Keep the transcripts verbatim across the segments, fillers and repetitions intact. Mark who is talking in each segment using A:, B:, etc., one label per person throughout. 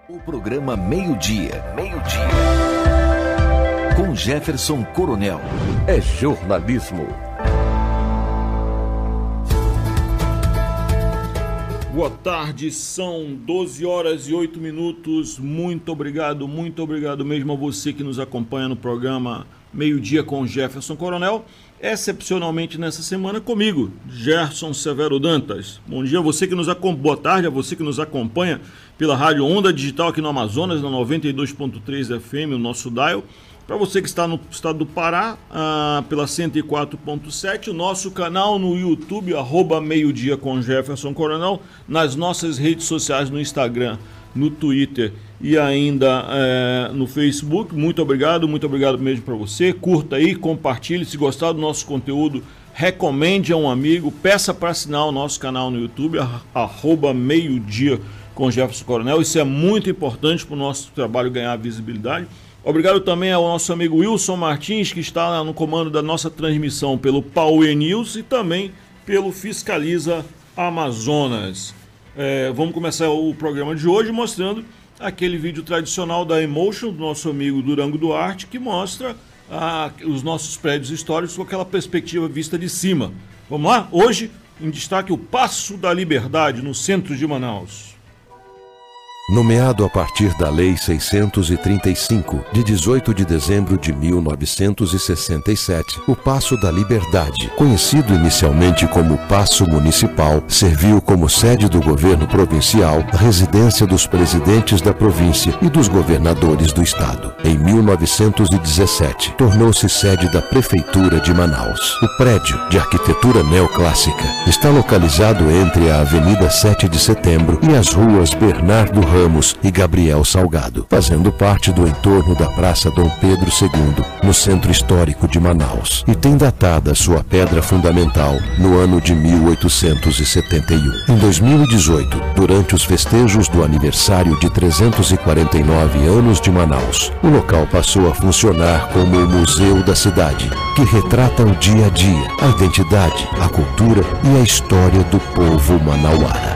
A: O programa Meio-Dia, Meio-Dia, com Jefferson Coronel. É jornalismo.
B: Boa tarde, são doze horas e oito minutos. Muito obrigado, muito obrigado mesmo a você que nos acompanha no programa Meio-Dia com Jefferson Coronel. Excepcionalmente nessa semana comigo, Gerson Severo Dantas. Bom dia a você que nos acompanha, boa tarde a você que nos acompanha pela Rádio Onda Digital aqui no Amazonas, na noventa e dois ponto três F M, o nosso dial. Para você que está no estado do Pará, ah, pela cento e quatro ponto sete, o nosso canal no YouTube, arroba Meio-Dia com Jefferson Coronel, nas nossas redes sociais, no Instagram, no Twitter e ainda é, no Facebook. Muito obrigado, muito obrigado mesmo para você. Curta aí, compartilhe, se gostar do nosso conteúdo, recomende a um amigo, peça para assinar o nosso canal no YouTube, arroba Meio-Dia com Jefferson Coronel. Isso é muito importante para o nosso trabalho ganhar visibilidade. Obrigado também ao nosso amigo Wilson Martins, que está no comando da nossa transmissão pelo Power News e também pelo Fiscaliza Amazonas. É, vamos começar o programa de hoje mostrando aquele vídeo tradicional da Emotion, do nosso amigo Durango Duarte, que mostra ah, os nossos prédios históricos com aquela perspectiva vista de cima. Vamos lá? Hoje, em destaque, o Paço da Liberdade, no centro de Manaus.
C: Nomeado a partir da Lei seiscentos e trinta e cinco, de dezoito de dezembro de mil novecentos e sessenta e sete, o Paço da Liberdade, conhecido inicialmente como Paço Municipal, serviu como sede do governo provincial, residência dos presidentes da província e dos governadores do estado. Em mil novecentos e dezessete, tornou-se sede da Prefeitura de Manaus. O prédio, de arquitetura neoclássica, está localizado entre a Avenida sete de Setembro e as ruas Bernardo Ramos Ramos e Gabriel Salgado, fazendo parte do entorno da Praça Dom Pedro segundo, no centro histórico de Manaus, e tem datada sua pedra fundamental no ano de mil oitocentos e setenta e um. Em dois mil e dezoito, durante os festejos do aniversário de trezentos e quarenta e nove anos de Manaus, o local passou a funcionar como o Museu da Cidade, que retrata o dia a dia, a identidade, a cultura e a história do povo manauara.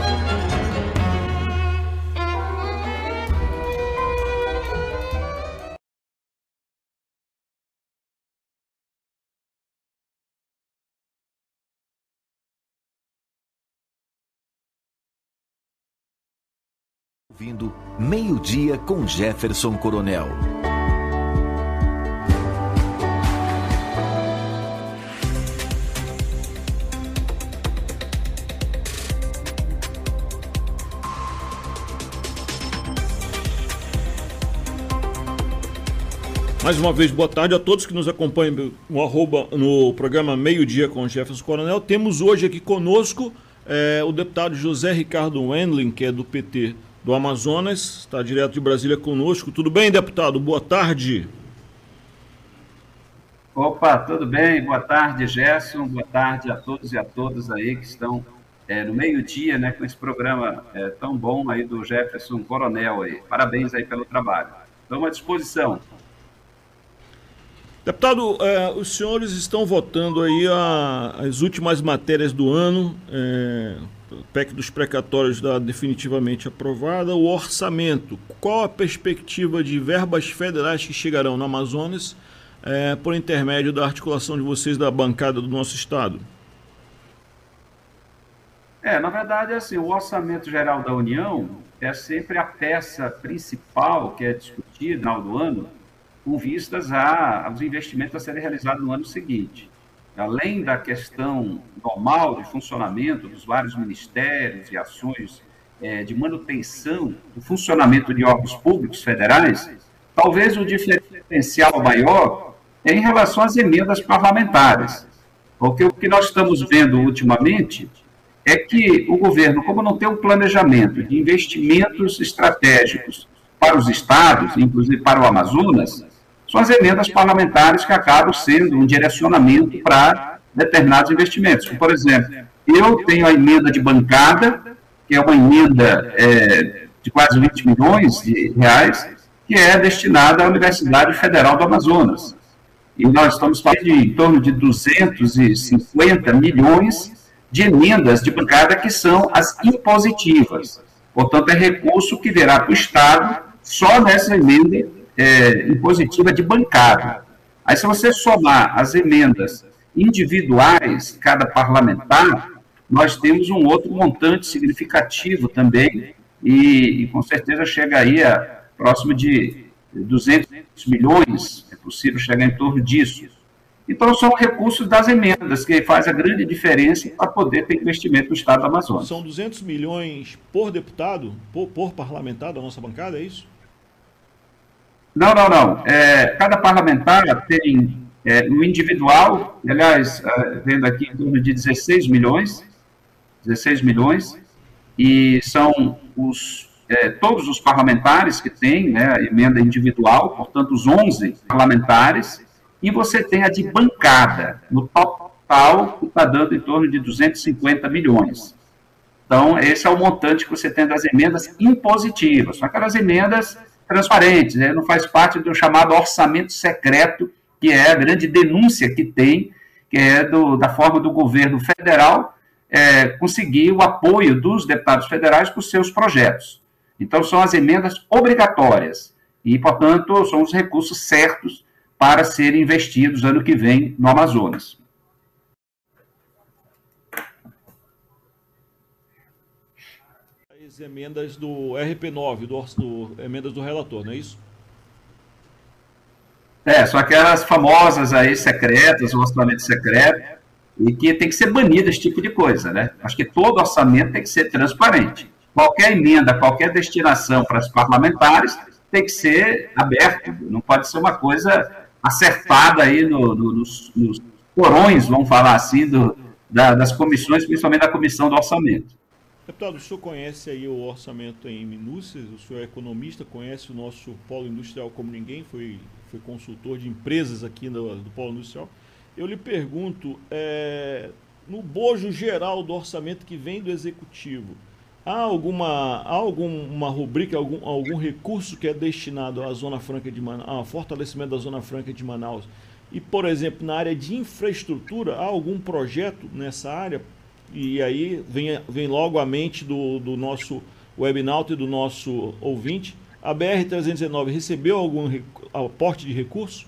A: Ouvindo Meio-Dia com Jefferson Coronel.
B: Mais uma vez, boa tarde a todos que nos acompanham no, arroba, no programa Meio-Dia com Jefferson Coronel. Temos hoje aqui conosco é, o deputado José Ricardo Wendling, que é do P T do Amazonas, está direto de Brasília conosco. Tudo bem, deputado? Boa tarde.
D: Opa, tudo bem? Boa tarde, Gerson. Boa tarde a todos e a todas aí que estão é, no meio-dia, né, com esse programa é, tão bom aí do Jefferson Coronel aí. Parabéns aí pelo trabalho. Estamos à disposição.
B: Deputado, eh, os senhores estão votando aí a, as últimas matérias do ano, eh, P E C dos precatórios da definitivamente aprovada, o orçamento. Qual a perspectiva de verbas federais que chegarão no Amazonas eh, por intermédio da articulação de vocês da bancada do nosso estado?
D: É, na verdade, assim, o Orçamento Geral da União é sempre a peça principal que é discutida no final do ano, com vistas a, aos investimentos a serem realizados no ano seguinte. Além da questão normal de funcionamento dos vários ministérios e ações é, de manutenção do funcionamento de órgãos públicos federais, talvez o diferencial maior é em relação às emendas parlamentares. Porque o que nós estamos vendo ultimamente é que o governo, como não tem um planejamento de investimentos estratégicos para os estados, inclusive para o Amazonas, são as emendas parlamentares que acabam sendo um direcionamento para determinados investimentos. Por exemplo, eu tenho a emenda de bancada, que é uma emenda é, de quase vinte milhões de reais, que é destinada à Universidade Federal do Amazonas. E nós estamos falando de em torno de duzentos e cinquenta milhões de emendas de bancada que são as impositivas. Portanto, é recurso que virá para o Estado só nessa emenda é, impositiva de bancada. Aí, se você somar as emendas individuais, cada parlamentar, nós temos um outro montante significativo também, e, e com certeza chega aí a próximo de duzentos milhões, é possível chegar em torno disso. Então, são recursos das emendas, que faz a grande diferença para poder ter investimento no Estado do Amazonas.
B: São duzentos milhões por deputado, por, por parlamentar da nossa bancada, é isso?
D: Não, não, não. É, cada parlamentar tem, é, no individual, aliás, é, vendo aqui em torno de dezesseis milhões, dezesseis milhões, e são os, é, todos os parlamentares que têm, né, a emenda individual, portanto, os onze parlamentares, e você tem a de bancada, no total, que está dando em torno de duzentos e cinquenta milhões. Então, esse é o montante que você tem das emendas impositivas, são aquelas emendas transparentes, né? Não faz parte do chamado orçamento secreto, que é a grande denúncia que tem, que é do, da forma do governo federal é, conseguir o apoio dos deputados federais para os seus projetos. Então, são as emendas obrigatórias e, portanto, são os recursos certos para serem investidos ano que vem no Amazonas.
B: As emendas do R P nove, do, do, emendas do relator, não é isso?
D: É, são aquelas famosas aí secretas, o orçamento secreto, e que tem que ser banido esse tipo de coisa, né? Acho que todo orçamento tem que ser transparente. Qualquer emenda, qualquer destinação para os parlamentares tem que ser aberto, não pode ser uma coisa acertada aí no, no, nos, nos porões, vamos falar assim, do, da, das comissões, principalmente da comissão do orçamento.
B: Deputado, o senhor conhece aí o orçamento em minúcias, o senhor é economista, conhece o nosso polo industrial como ninguém, foi, foi consultor de empresas aqui do, do polo industrial. Eu lhe pergunto, é, no bojo geral do orçamento que vem do Executivo, há alguma, há alguma rubrica, algum, algum recurso que é destinado à Zona Franca de Manaus, ao fortalecimento da Zona Franca de Manaus? E, por exemplo, na área de infraestrutura, há algum projeto nessa área? E aí vem, vem logo à mente do, do nosso webnauta e do nosso ouvinte, a B R trezentos e dezenove recebeu algum aporte de recurso?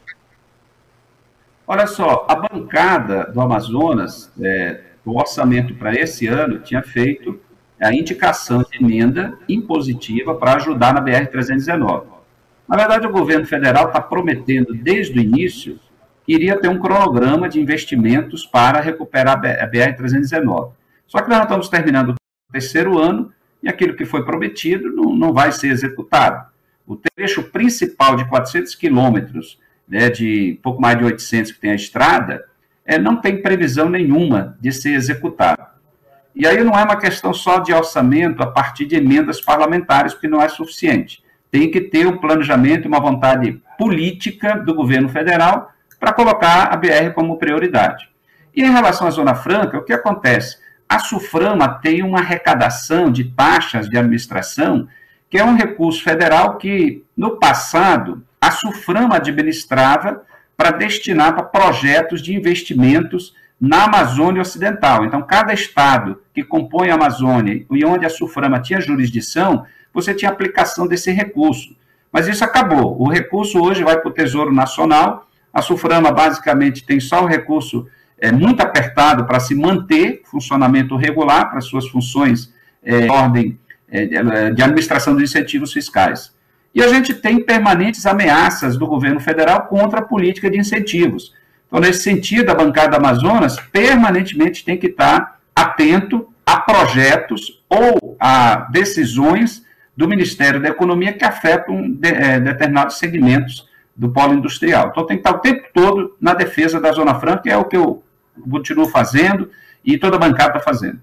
D: Olha só, a bancada do Amazonas, é, o orçamento para esse ano tinha feito a indicação de emenda impositiva para ajudar na B R trezentos e dezenove. Na verdade, o governo federal está prometendo desde o início que iria ter um cronograma de investimentos para recuperar a B R trezentos e dezenove. Só que nós estamos terminando o terceiro ano e aquilo que foi prometido não, não vai ser executado. O trecho principal de quatrocentos quilômetros, né, de pouco mais de oitocentos que tem a estrada, é, não tem previsão nenhuma de ser executado. E aí não é uma questão só de orçamento a partir de emendas parlamentares, porque não é suficiente. Tem que ter um planejamento, uma vontade política do governo federal para colocar a B R como prioridade. E em relação à Zona Franca, o que acontece? A SUFRAMA tem uma arrecadação de taxas de administração, que é um recurso federal que, no passado, a SUFRAMA administrava para destinar para projetos de investimentos na Amazônia Ocidental. Então, cada estado que compõe a Amazônia e onde a SUFRAMA tinha jurisdição, você tinha aplicação desse recurso. Mas isso acabou. O recurso hoje vai para o Tesouro Nacional. A SUFRAMA, basicamente, tem só o recurso é, muito apertado para se manter funcionamento regular para suas funções é, de ordem é, de administração dos incentivos fiscais. E a gente tem permanentes ameaças do governo federal contra a política de incentivos. Então, nesse sentido, a bancada Amazonas permanentemente tem que estar atento a projetos ou a decisões do Ministério da Economia que afetam de, é, determinados segmentos do polo industrial. Então, tem que estar o tempo todo na defesa da Zona Franca, que é o que eu continuo fazendo e toda a bancada está fazendo.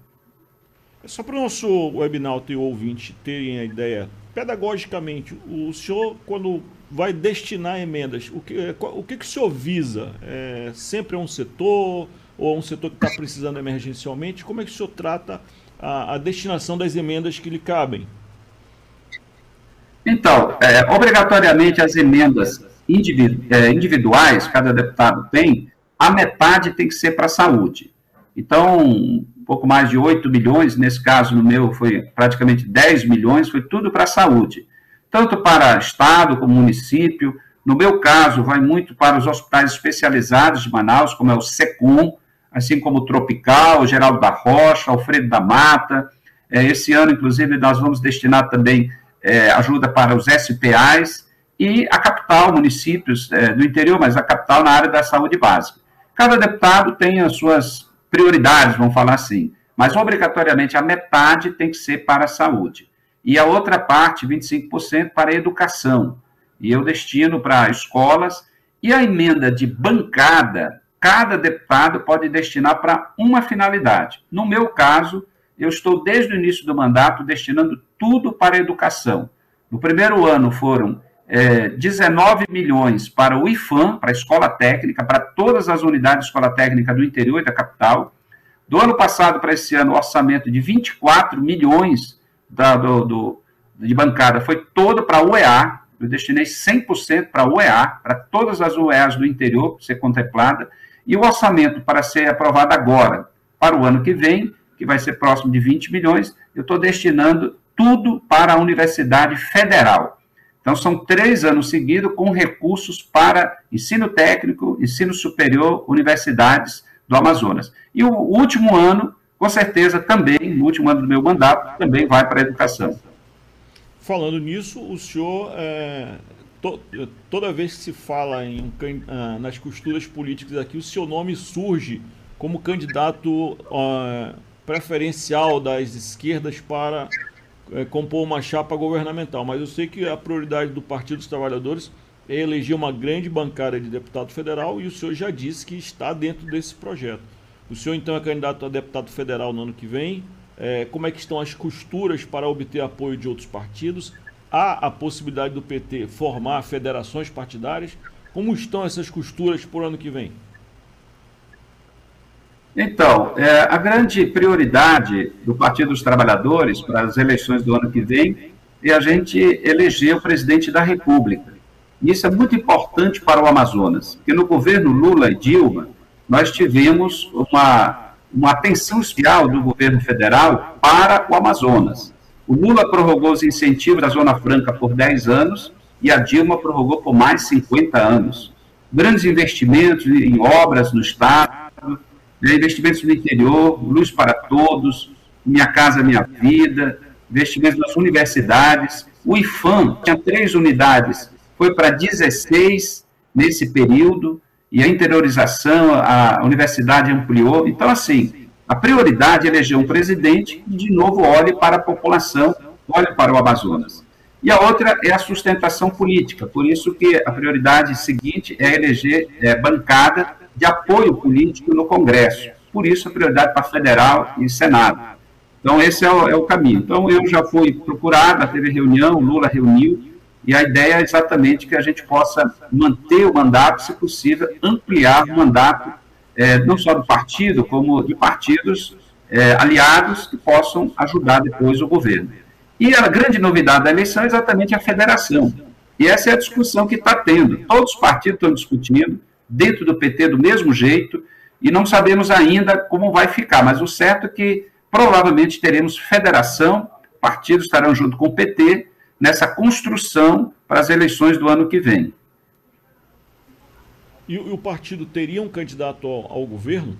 B: Só para o nosso webnauta e o ouvinte terem a ideia, pedagogicamente, o senhor, quando vai destinar emendas, o que, o que, que o senhor visa? É, sempre é um setor, ou é um setor que está precisando emergencialmente? Como é que o senhor trata a, a destinação das emendas que lhe cabem?
D: Então, é, obrigatoriamente as emendas individu é, individuais, cada deputado tem, a metade tem que ser para a saúde. Então, um pouco mais de oito milhões, nesse caso, no meu, foi praticamente dez milhões, foi tudo para a saúde, tanto para estado como município. No meu caso, vai muito para os hospitais especializados de Manaus, como é o SECOM, assim como o Tropical, o Geraldo da Rocha, Alfredo da Mata. Esse ano, inclusive, nós vamos destinar também é, ajuda para os S P As e a capital, municípios é, do interior, mas a capital na área da saúde básica. Cada deputado tem as suas prioridades, vamos falar assim, mas obrigatoriamente a metade tem que ser para a saúde. E a outra parte, vinte e cinco por cento, para a educação. E eu destino para escolas, e a emenda de bancada, cada deputado pode destinar para uma finalidade. No meu caso, eu estou desde o início do mandato destinando tudo para a educação. No primeiro ano foram é, dezenove milhões para o IFAM, para a escola técnica, para todas as unidades de escola técnica do interior e da capital. Do ano passado para esse ano, o orçamento de vinte e quatro milhões da, do, do, de bancada foi todo para a U E A. Eu destinei cem por cento para a U E A, para todas as U E As do interior, para ser contemplada. E o orçamento para ser aprovado agora, para o ano que vem, que vai ser próximo de vinte milhões, eu estou destinando tudo para a Universidade Federal. Então, são três anos seguidos com recursos para ensino técnico, ensino superior, universidades do Amazonas. E o último ano, com certeza, também, no último ano do meu mandato, também vai para a educação.
B: Falando nisso, o senhor, é, to, toda vez que se fala em, uh, nas costuras políticas aqui, o seu nome surge como candidato uh, preferencial das esquerdas para uh, compor uma chapa governamental. Mas eu sei que a prioridade do Partido dos Trabalhadores é eleger uma grande bancada de deputado federal, e o senhor já disse que está dentro desse projeto. O senhor, então, é candidato a deputado federal no ano que vem. É, como é que estão as costuras para obter apoio de outros partidos? Há a possibilidade do P T formar federações partidárias? Como estão essas costuras por ano que vem?
D: Então, é, a grande prioridade do Partido dos Trabalhadores para as eleições do ano que vem é a gente eleger o presidente da República. E isso é muito importante para o Amazonas, porque no governo Lula e Dilma, nós tivemos uma... uma atenção especial do governo federal para o Amazonas. O Lula prorrogou os incentivos da Zona Franca por dez anos e a Dilma prorrogou por mais cinquenta anos. Grandes investimentos em obras no estado, investimentos no interior, Luz para Todos, Minha Casa Minha Vida, investimentos nas universidades. O IFAM tinha três unidades, foi para dezesseis nesse período, e a interiorização, a universidade ampliou. Então, assim, a prioridade é eleger um presidente que, de novo, olhe para a população, olhe para o Amazonas. E a outra é a sustentação política, por isso que a prioridade seguinte é eleger é, bancada de apoio político no Congresso. Por isso, a prioridade para Federal e Senado. Então, esse é o, é o caminho. Então, eu já fui procurado, teve reunião, Lula reuniu, e a ideia é exatamente que a gente possa manter o mandato, se possível, ampliar o mandato, é, não só do partido, como de partidos é, aliados que possam ajudar depois o governo. E a grande novidade da eleição é exatamente a federação. E essa é a discussão que está tendo. Todos os partidos estão discutindo, dentro do P T do mesmo jeito, e não sabemos ainda como vai ficar. Mas o certo é que provavelmente teremos federação, partidos estarão junto com o P T, nessa construção para as eleições do ano que vem.
B: E, e o partido teria um candidato ao, ao governo?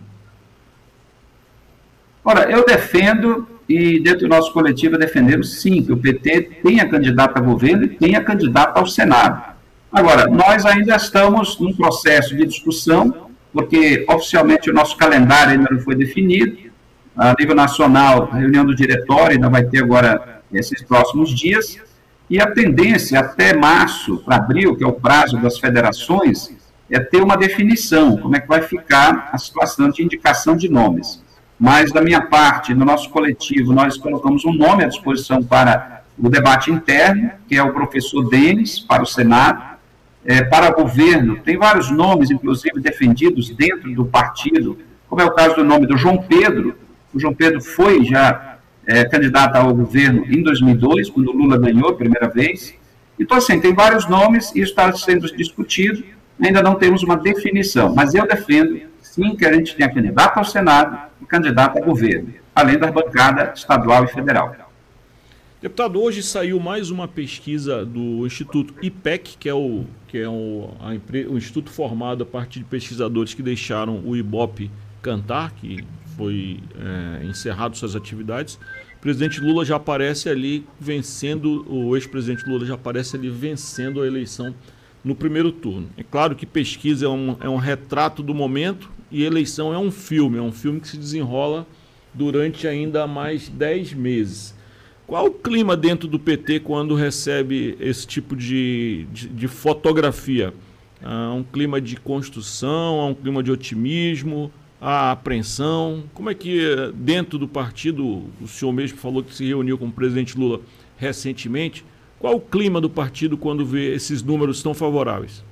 D: Ora, eu defendo, e dentro do nosso coletivo defendemos sim, que o P T tenha candidato a governo e tenha candidato ao Senado. Agora, nós ainda estamos num processo de discussão, porque oficialmente o nosso calendário ainda não foi definido. A nível nacional, a reunião do diretório ainda vai ter agora esses próximos dias. E a tendência até março para abril, que é o prazo das federações, é ter uma definição, como é que vai ficar a situação de indicação de nomes. Mas, da minha parte, no nosso coletivo, nós colocamos um nome à disposição para o debate interno, que é o professor Denis, para o Senado. É, para o governo, tem vários nomes, inclusive, defendidos dentro do partido, como é o caso do nome do João Pedro. O João Pedro foi já... É, candidato ao governo em dois mil e dois, quando o Lula ganhou a primeira vez. Então, assim, tem vários nomes, e isso está sendo discutido, ainda não temos uma definição, mas eu defendo, sim que a gente tenha candidato ao Senado e candidato a governo, além da bancada estadual e federal.
B: Deputado, hoje saiu mais uma pesquisa do Instituto I P E C, que é o, que é o, a, o instituto formado a partir de pesquisadores que deixaram o Ibope Cantar, que foi é, encerrado suas atividades. O presidente Lula já aparece ali vencendo, o ex-presidente Lula já aparece ali vencendo a eleição no primeiro turno. É claro que pesquisa é um, é um retrato do momento e eleição é um filme, é um filme que se desenrola durante ainda mais dez meses. Qual o clima dentro do P T quando recebe esse tipo de, de, de fotografia? Há um clima de construção, há um clima de otimismo, há apreensão? Como é que dentro do partido, o senhor mesmo falou que se reuniu com o presidente Lula recentemente, qual o clima do partido quando vê esses números tão favoráveis?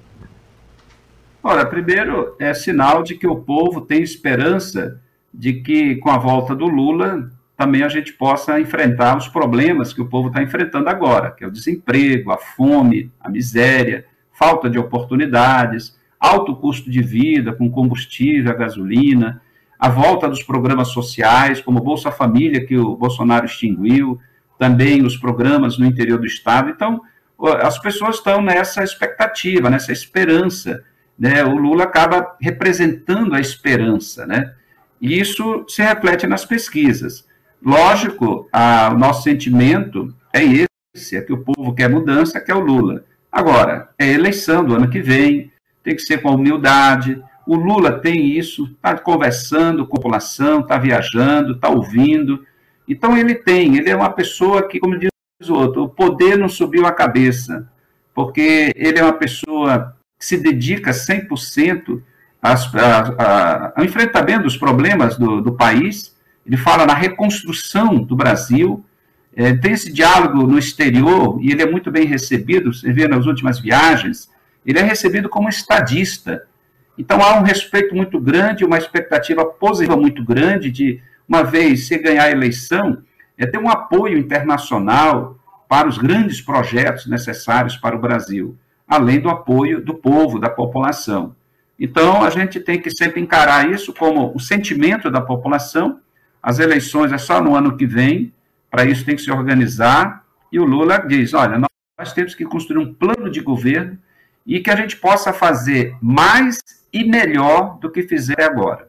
D: Olha, primeiro é sinal de que o povo tem esperança de que com a volta do Lula também a gente possa enfrentar os problemas que o povo está enfrentando agora, que é o desemprego, a fome, a miséria, falta de oportunidades, alto custo de vida com combustível, a gasolina, a volta dos programas sociais, como o Bolsa Família, que o Bolsonaro extinguiu, também os programas no interior do Estado. Então, as pessoas estão nessa expectativa, nessa esperança, né? O Lula acaba representando a esperança, né? E isso se reflete nas pesquisas. Lógico, a, o nosso sentimento é esse, é que o povo quer mudança, quer o Lula. Agora, é eleição do ano que vem, tem que ser com humildade. O Lula tem isso, está conversando com a população, está viajando, está ouvindo. Então ele tem, ele é uma pessoa que, como diz o outro, o poder não subiu a cabeça, porque ele é uma pessoa que se dedica cem por cento às, a, a, ao enfrentamento dos problemas do, do país. Ele fala na reconstrução do Brasil, é, tem esse diálogo no exterior, e ele é muito bem recebido, você vê nas últimas viagens, ele é recebido como estadista. Então há um respeito muito grande, uma expectativa positiva muito grande de, uma vez se ganhar a eleição, é ter um apoio internacional para os grandes projetos necessários para o Brasil, além do apoio do povo, da população. Então a gente tem que sempre encarar isso como o sentimento da população. As eleições é só no ano que vem, para isso tem que se organizar, e o Lula diz, olha, nós temos que construir um plano de governo e que a gente possa fazer mais e melhor do que fizer agora.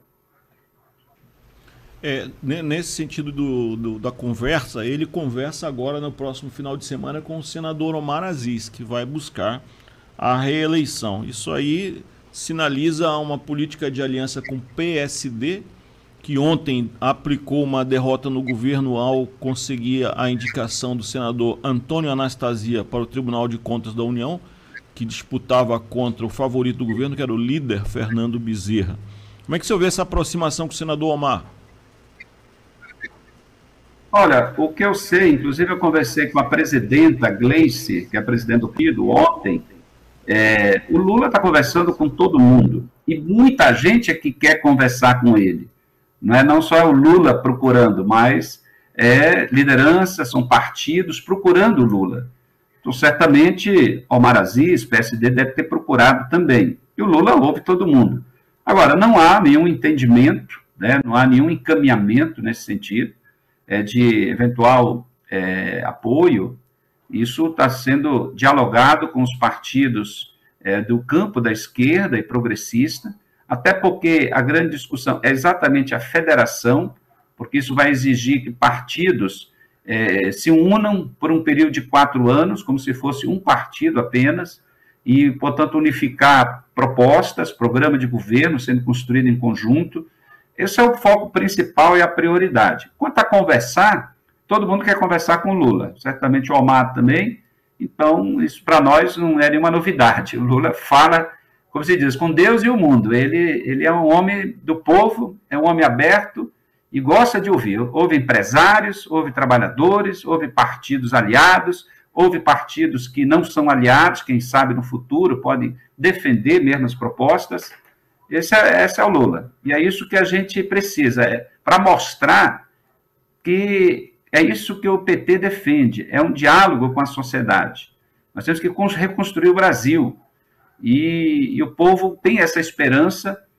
B: É, nesse sentido do, do, da conversa, ele conversa agora no próximo final de semana com o senador Omar Aziz, que vai buscar a reeleição. Isso aí sinaliza uma política de aliança com o P S D, que ontem aplicou uma derrota no governo ao conseguir a indicação do senador Antônio Anastasia para o Tribunal de Contas da União, que disputava contra o favorito do governo, que era o líder Fernando Bezerra. Como é que você vê essa aproximação com o senador Omar?
D: Olha, o que eu sei, inclusive eu conversei com a presidenta Gleice, que é a presidente do partido, ontem, é, o Lula está conversando com todo mundo, e muita gente é que quer conversar com ele. Não é não só é o Lula procurando, mas é liderança, são partidos procurando o Lula. Então, certamente, Omar Aziz, P S D, deve ter procurado também. E o Lula ouve todo mundo. Agora, não há nenhum entendimento, né, não há nenhum encaminhamento nesse sentido, é, de eventual é, apoio. Isso está sendo dialogado com os partidos é, do campo da esquerda e progressista, até porque a grande discussão é exatamente a federação, porque isso vai exigir que partidos é, se unam por um período de quatro anos, como se fosse um partido apenas, e, portanto, unificar propostas, programa de governo sendo construído em conjunto. Esse é o foco principal e a prioridade. Quanto a conversar, todo mundo quer conversar com o Lula, certamente o Omar também, então isso para nós não é nenhuma novidade. O Lula fala, como se diz, com Deus e o mundo. Ele, ele é um homem do povo, é um homem aberto e gosta de ouvir. Houve empresários, houve trabalhadores, houve partidos aliados, houve partidos que não são aliados, quem sabe no futuro podem defender mesmo as propostas. Esse é, esse é o Lula. E é isso que a gente precisa, é, para mostrar que é isso que o P T defende, é um diálogo com a sociedade. Nós temos que reconstruir o Brasil. E, e o povo tem essa esperança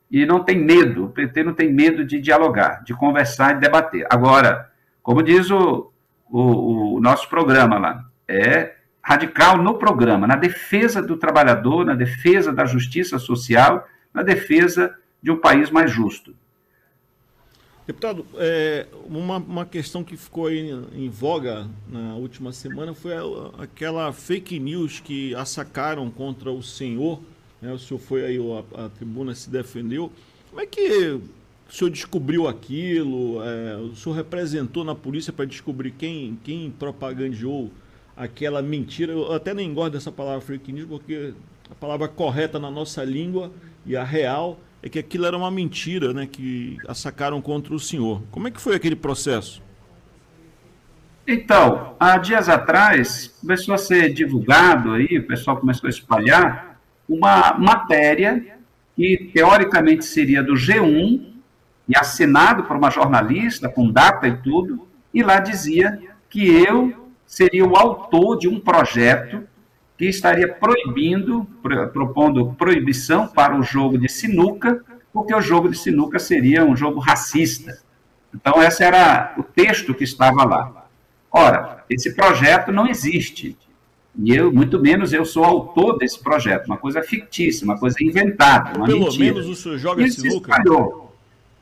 D: e não tem medo, o P T não tem medo de dialogar, de conversar e debater. Agora, como diz o, o, o nosso programa lá, é radical no programa, na defesa do trabalhador, na defesa da justiça social, na defesa de um país mais justo.
B: Deputado, é, uma, uma questão que ficou aí em voga na última semana foi a, aquela fake news que assacaram contra o senhor, né? O senhor foi aí, a, a tribuna se defendeu. Como é que o senhor descobriu aquilo? É, o senhor representou na polícia para descobrir quem, quem propagandeou aquela mentira? Eu até nem gosto dessa palavra fake news, porque a palavra correta na nossa língua e a real é que aquilo era uma mentira, né, que assacaram contra o senhor. Como é que foi aquele processo?
D: Então, há dias atrás, começou a ser divulgado aí, o pessoal começou a espalhar uma matéria que teoricamente seria do G um e assinado por uma jornalista com data e tudo, e lá dizia que eu seria o autor de um projeto que estaria proibindo, propondo proibição para o jogo de sinuca, porque o jogo de sinuca seria um jogo racista. Então, esse era o texto que estava lá. Ora, esse projeto não existe. E eu, muito menos, eu sou autor desse projeto. Uma coisa fictícia, uma coisa inventada, uma
B: Pelo
D: mentira.
B: menos o senhor joga
D: Isso
B: sinuca?
D: Espalhou.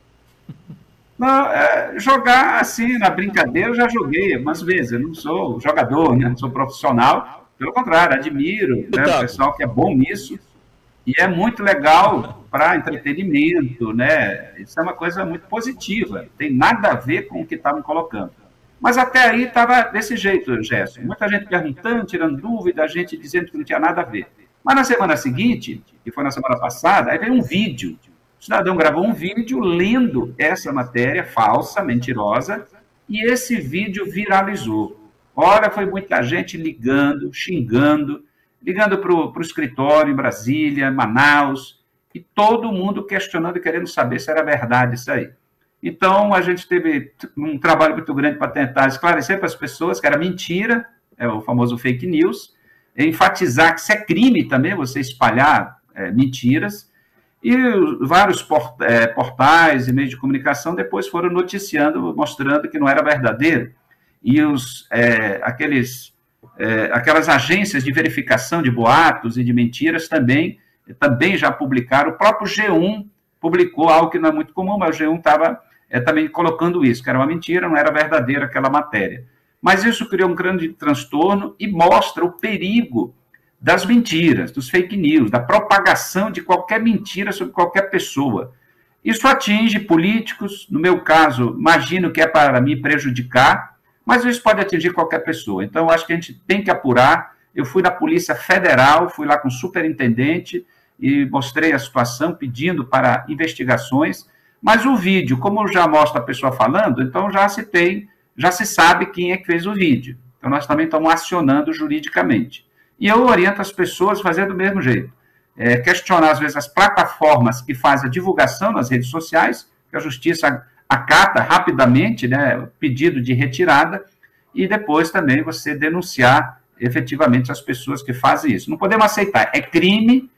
D: Não, é, jogar assim, na brincadeira, eu já joguei algumas vezes. Eu não sou jogador, né? Não sou profissional. Pelo contrário, admiro, né, o pessoal que é bom nisso. E é muito legal para entretenimento, né? Isso é uma coisa muito positiva. Tem nada a ver com o que estavam colocando. Mas até aí estava desse jeito, Gerson. Muita gente perguntando, tirando dúvida, a gente dizendo que não tinha nada a ver. Mas na semana seguinte, que foi na semana passada, aí veio um vídeo. O cidadão gravou um vídeo lendo essa matéria falsa, mentirosa, e esse vídeo viralizou. Olha, foi muita gente ligando, xingando, ligando para o escritório em Brasília, Manaus, e todo mundo questionando e querendo saber se era verdade isso aí. Então, a gente teve um trabalho muito grande para tentar esclarecer para as pessoas que era mentira, é o famoso fake news, enfatizar que isso é crime também, você espalhar é, mentiras, e vários port, é, portais e meios de comunicação depois foram noticiando, mostrando que não era verdadeiro. E os, é, aqueles, é, aquelas agências de verificação de boatos e de mentiras também, também já publicaram. O próprio G um publicou algo que não é muito comum, mas o G um estava é, também colocando isso, que era uma mentira, não era verdadeira aquela matéria. Mas isso criou um grande transtorno e mostra o perigo das mentiras, dos fake news, da propagação de qualquer mentira sobre qualquer pessoa. Isso atinge políticos, no meu caso, imagino que é para me prejudicar, mas isso pode atingir qualquer pessoa. Então, eu acho que a gente tem que apurar. Eu fui na Polícia Federal, fui lá com o superintendente e mostrei a situação, pedindo para investigações. Mas o vídeo, como já mostra a pessoa falando, então já se tem, já se sabe quem é que fez o vídeo. Então, nós também estamos acionando juridicamente. E eu oriento as pessoas a fazer do mesmo jeito. É, questionar, às vezes, as plataformas que fazem a divulgação nas redes sociais, que a Justiça acata rapidamente, né, pedido de retirada, e depois também você denunciar efetivamente as pessoas que fazem isso. Não podemos aceitar, é crime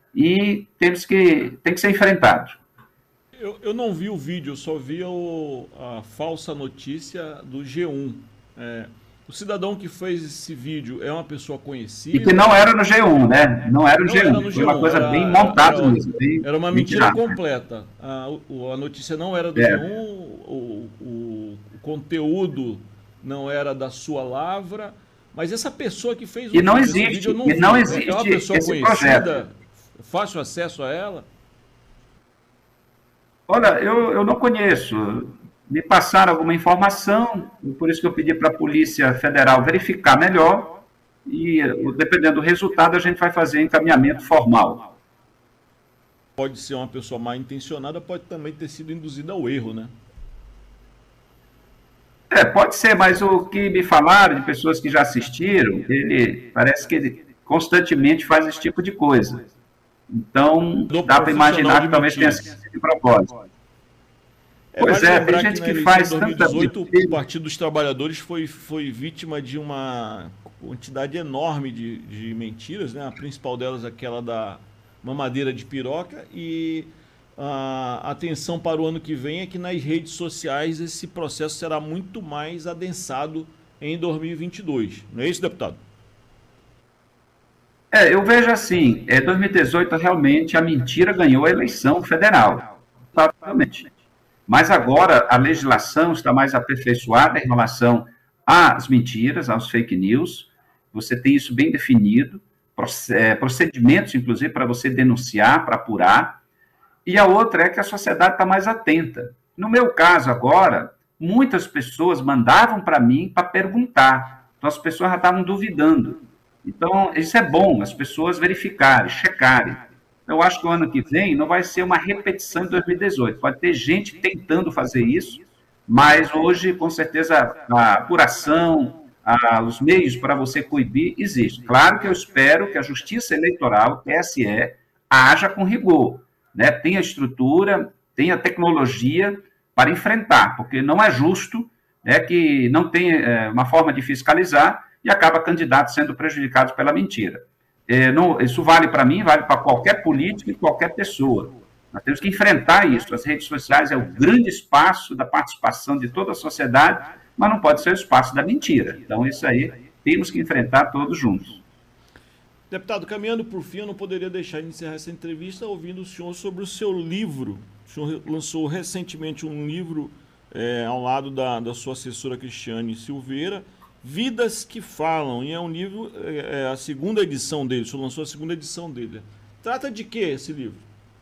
D: e temos que, tem que ser enfrentado.
B: Eu, eu não vi o vídeo, eu só vi o, a falsa notícia do G um. É, o cidadão que fez esse vídeo é uma pessoa conhecida?
D: E que não era no G um, né? Não era no,
B: não
D: G um,
B: era no
D: foi
B: G um,
D: uma coisa
B: era,
D: bem montada
B: era,
D: mesmo. Bem,
B: era uma mentira completa. A, a notícia não era do é. G um, o, o, o conteúdo não era da sua lavra, mas essa pessoa que fez o
D: e não
B: vídeo,
D: existe,
B: vídeo eu não
D: e
B: vi.
D: não existe
B: é uma pessoa
D: esse
B: conhecida,
D: projeto.
B: Fácil acesso a ela?
D: Olha, eu, eu não conheço. Me passaram alguma informação, por isso que eu pedi para a Polícia Federal verificar melhor, e dependendo do resultado, a gente vai fazer encaminhamento formal.
B: Pode ser uma pessoa mal intencionada, pode também ter sido induzida ao erro, né?
D: É, pode ser, mas o que me falaram de pessoas que já assistiram, ele parece que ele constantemente faz esse tipo de coisa. Então,
B: Do
D: dá para imaginar que talvez tenha sido de propósito.
B: É,
D: pois
B: vale
D: é,
B: lembrar
D: tem gente
B: que,
D: que
B: na
D: faz
B: eleição de
D: tanta...
B: dois mil e dezoito, o Partido dos Trabalhadores foi, foi vítima de uma quantidade enorme de, de mentiras, né? A principal delas aquela da mamadeira de piroca, e a atenção para o ano que vem é que nas redes sociais esse processo será muito mais adensado em dois mil e vinte e dois. Não é isso, deputado?
D: É, eu vejo assim, é, dois mil e dezoito realmente a mentira ganhou a eleição federal, provavelmente. Mas agora a legislação está mais aperfeiçoada em relação às mentiras, aos fake news. Você tem isso bem definido, procedimentos, inclusive, para você denunciar, para apurar. E a outra é que a sociedade está mais atenta. No meu caso agora, muitas pessoas mandavam para mim para perguntar. Então as pessoas já estavam duvidando. Então isso é bom, as pessoas verificarem, checarem. Eu acho que o ano que vem não vai ser uma repetição de dois mil e dezoito. Pode ter gente tentando fazer isso, mas hoje, com certeza, a apuração, a, os meios para você coibir existem. Claro que eu espero que a Justiça Eleitoral, o T S E, haja com rigor, né? Tenha estrutura, tenha tecnologia para enfrentar, porque não é justo, né, que não tenha é, uma forma de fiscalizar e acaba candidato sendo prejudicado pela mentira. É, não, isso vale para mim, vale para qualquer político e qualquer pessoa. Nós temos que enfrentar isso. As redes sociais é o grande espaço da participação de toda a sociedade, mas não pode ser o espaço da mentira. Então, isso aí temos que enfrentar todos juntos.
B: Deputado, caminhando por fim, eu não poderia deixar de encerrar essa entrevista ouvindo o senhor sobre o seu livro. O senhor lançou recentemente um livro é, ao lado da, da sua assessora Cristiane Silveira, Vidas que Falam, e é um livro, é, é a segunda edição dele, o senhor lançou a segunda edição dele. Trata de que esse livro?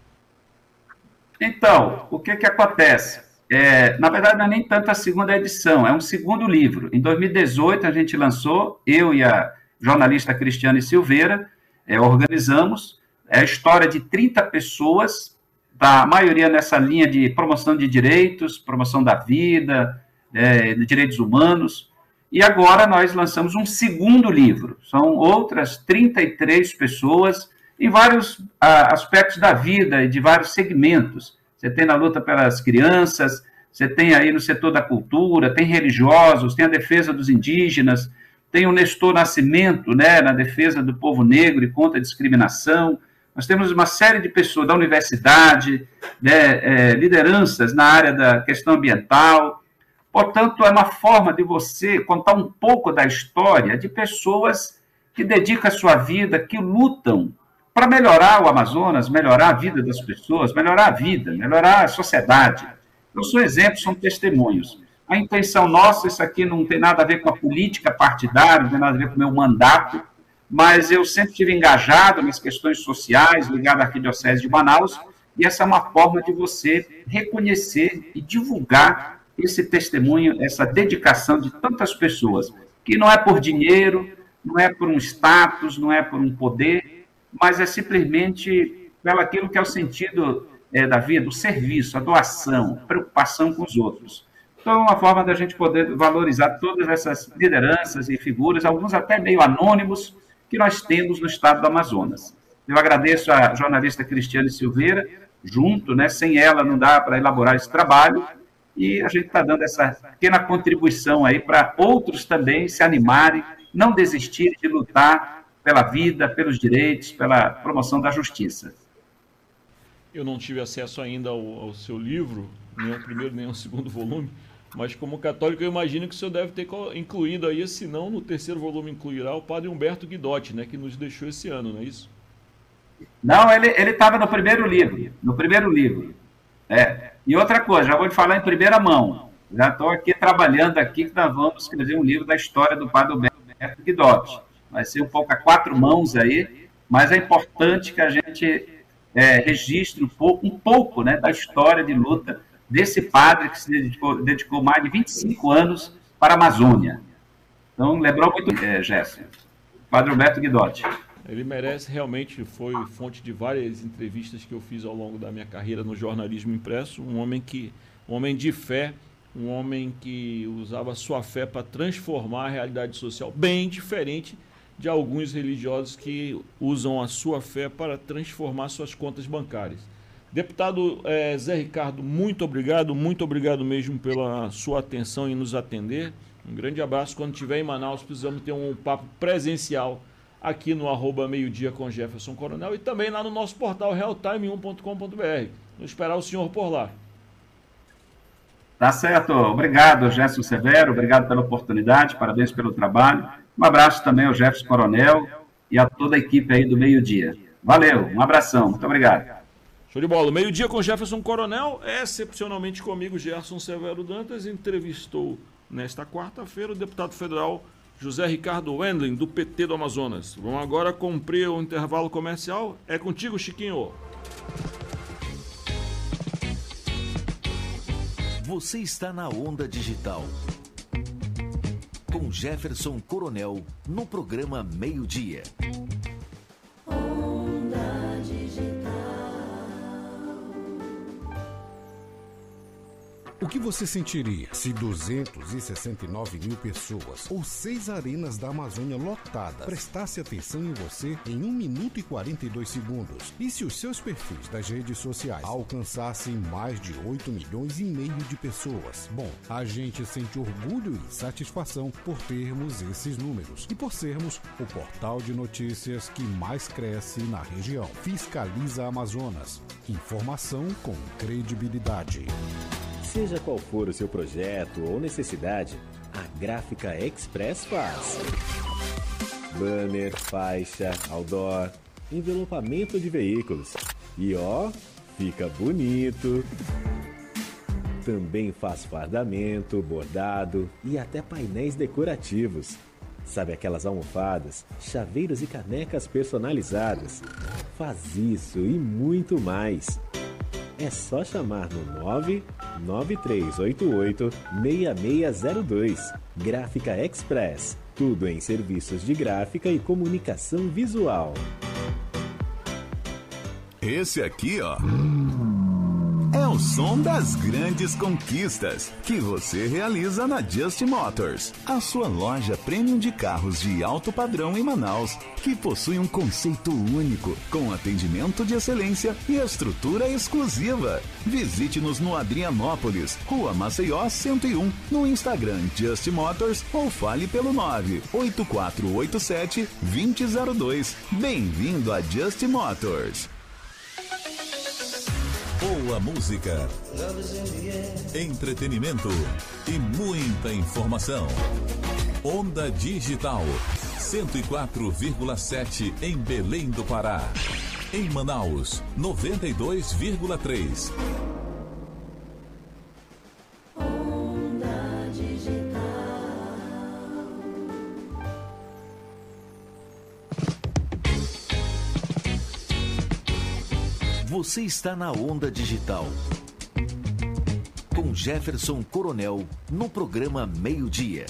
D: Então, o que que acontece? É, na verdade, não é nem tanto a segunda edição, é um segundo livro. Em dois mil e dezoito, a gente lançou, eu e a jornalista Cristiane Silveira, é, organizamos é, a história de trinta pessoas, da maioria nessa linha de promoção de direitos, promoção da vida, é, de direitos humanos. E agora nós lançamos um segundo livro. São outras trinta e três pessoas em vários ah, aspectos da vida e de vários segmentos. Você tem na luta pelas crianças, você tem aí no setor da cultura, tem religiosos, tem a defesa dos indígenas, tem o Nestor Nascimento, né, na defesa do povo negro e contra a discriminação. Nós temos uma série de pessoas da universidade, né, é, lideranças na área da questão ambiental. Portanto, é uma forma de você contar um pouco da história de pessoas que dedicam a sua vida, que lutam para melhorar o Amazonas, melhorar a vida das pessoas, melhorar a vida, melhorar a sociedade. Não são exemplos, são testemunhos. A intenção nossa, isso aqui não tem nada a ver com a política partidária, não tem nada a ver com o meu mandato, mas eu sempre estive engajado nas questões sociais, ligado à Arquidiocese de Manaus, e essa é uma forma de você reconhecer e divulgar esse testemunho, essa dedicação de tantas pessoas, que não é por dinheiro, não é por um status, não é por um poder, mas é simplesmente pelo aquilo que é o sentido é, da vida, o serviço, a doação, a preocupação com os outros. Então, é uma forma da gente poder valorizar todas essas lideranças e figuras, alguns até meio anônimos, que nós temos no estado do Amazonas. Eu agradeço a jornalista Cristiane Silveira, junto, né, sem ela não dá para elaborar esse trabalho, e a gente está dando essa pequena contribuição aí para outros também se animarem, não desistirem de lutar pela vida, pelos direitos, pela promoção da justiça.
B: Eu não tive acesso ainda ao, ao seu livro, nem ao primeiro nem ao segundo volume, mas como católico eu imagino que o senhor deve ter incluído aí, se não no terceiro volume incluirá o padre Humberto Guidotti, né, que nos deixou esse ano, não é isso?
D: Não, ele estava no primeiro livro, no primeiro livro. É. E outra coisa, já vou te falar em primeira mão, já estou aqui trabalhando aqui que nós vamos escrever um livro da história do padre Humberto Guidotti. Vai ser um pouco a quatro mãos aí, mas é importante que a gente é, registre um pouco, um pouco, né, da história de luta desse padre que se dedicou, dedicou mais de vinte e cinco anos para a Amazônia. Então, lembrou muito, é, Gerson, padre Humberto Guidotti.
B: Ele merece, realmente, foi fonte de várias entrevistas que eu fiz ao longo da minha carreira no jornalismo impresso, um homem que, um homem de fé, um homem que usava a sua fé para transformar a realidade social, bem diferente de alguns religiosos que usam a sua fé para transformar suas contas bancárias. Deputado eh, Zé Ricardo, muito obrigado, muito obrigado mesmo pela sua atenção em nos atender. Um grande abraço. Quando estiver em Manaus, precisamos ter um papo presencial aqui no arroba meio-dia com Jefferson Coronel e também lá no nosso portal real time um ponto com ponto br. Vou esperar o senhor por lá.
D: Tá certo. Obrigado, Gerson Severo. Obrigado pela oportunidade. Parabéns pelo trabalho. Um abraço também ao Jefferson Coronel e a toda a equipe aí do Meio-Dia. Valeu. Um abração. Muito obrigado.
B: Show de bola. Meio-Dia com Jefferson Coronel. Excepcionalmente comigo, Gerson Severo Dantas, entrevistou nesta quarta-feira o deputado federal José Ricardo Wendling, do P T do Amazonas. Vamos agora cumprir o intervalo comercial. É contigo, Chiquinho.
A: Você está na Onda Digital. Com Jefferson Coronel, no programa Meio-Dia.
E: Onda Digital.
F: O que você sentiria se duzentas e sessenta e nove mil pessoas ou seis arenas da Amazônia lotadas prestasse atenção em você em um minuto e quarenta e dois segundos? E se os seus perfis das redes sociais alcançassem mais de oito milhões e meio de pessoas? Bom, a gente sente orgulho e satisfação por termos esses números e por sermos o portal de notícias que mais cresce na região. Fiscaliza Amazonas. Informação com credibilidade.
G: Seja qual for o seu projeto ou necessidade, a Gráfica Express faz. Banner, faixa, outdoor, envelopamento de veículos. E ó, fica bonito. Também faz fardamento, bordado e até painéis decorativos. Sabe aquelas almofadas, chaveiros e canecas personalizadas? Faz isso e muito mais. É só chamar no nove nove três oito oito seis seis zero dois. Gráfica Express. Tudo em serviços de gráfica e comunicação visual.
H: Esse aqui, ó, é o som das grandes conquistas que você realiza na Just Motors, a sua loja premium de carros de alto padrão em Manaus, que possui um conceito único, com atendimento de excelência e estrutura exclusiva. Visite-nos no Adrianópolis, Rua Maceió cento e um, no Instagram Just Motors ou fale pelo nove oito quatro oito sete dois zero zero dois. Bem-vindo a Just Motors.
I: Boa música, entretenimento e muita informação. Onda Digital, cento e quatro vírgula sete em Belém do Pará. Em Manaus, noventa e dois vírgula três.
E: Onda Digital.
A: Você está na Onda Digital. Com Jefferson Coronel, no programa Meio-Dia.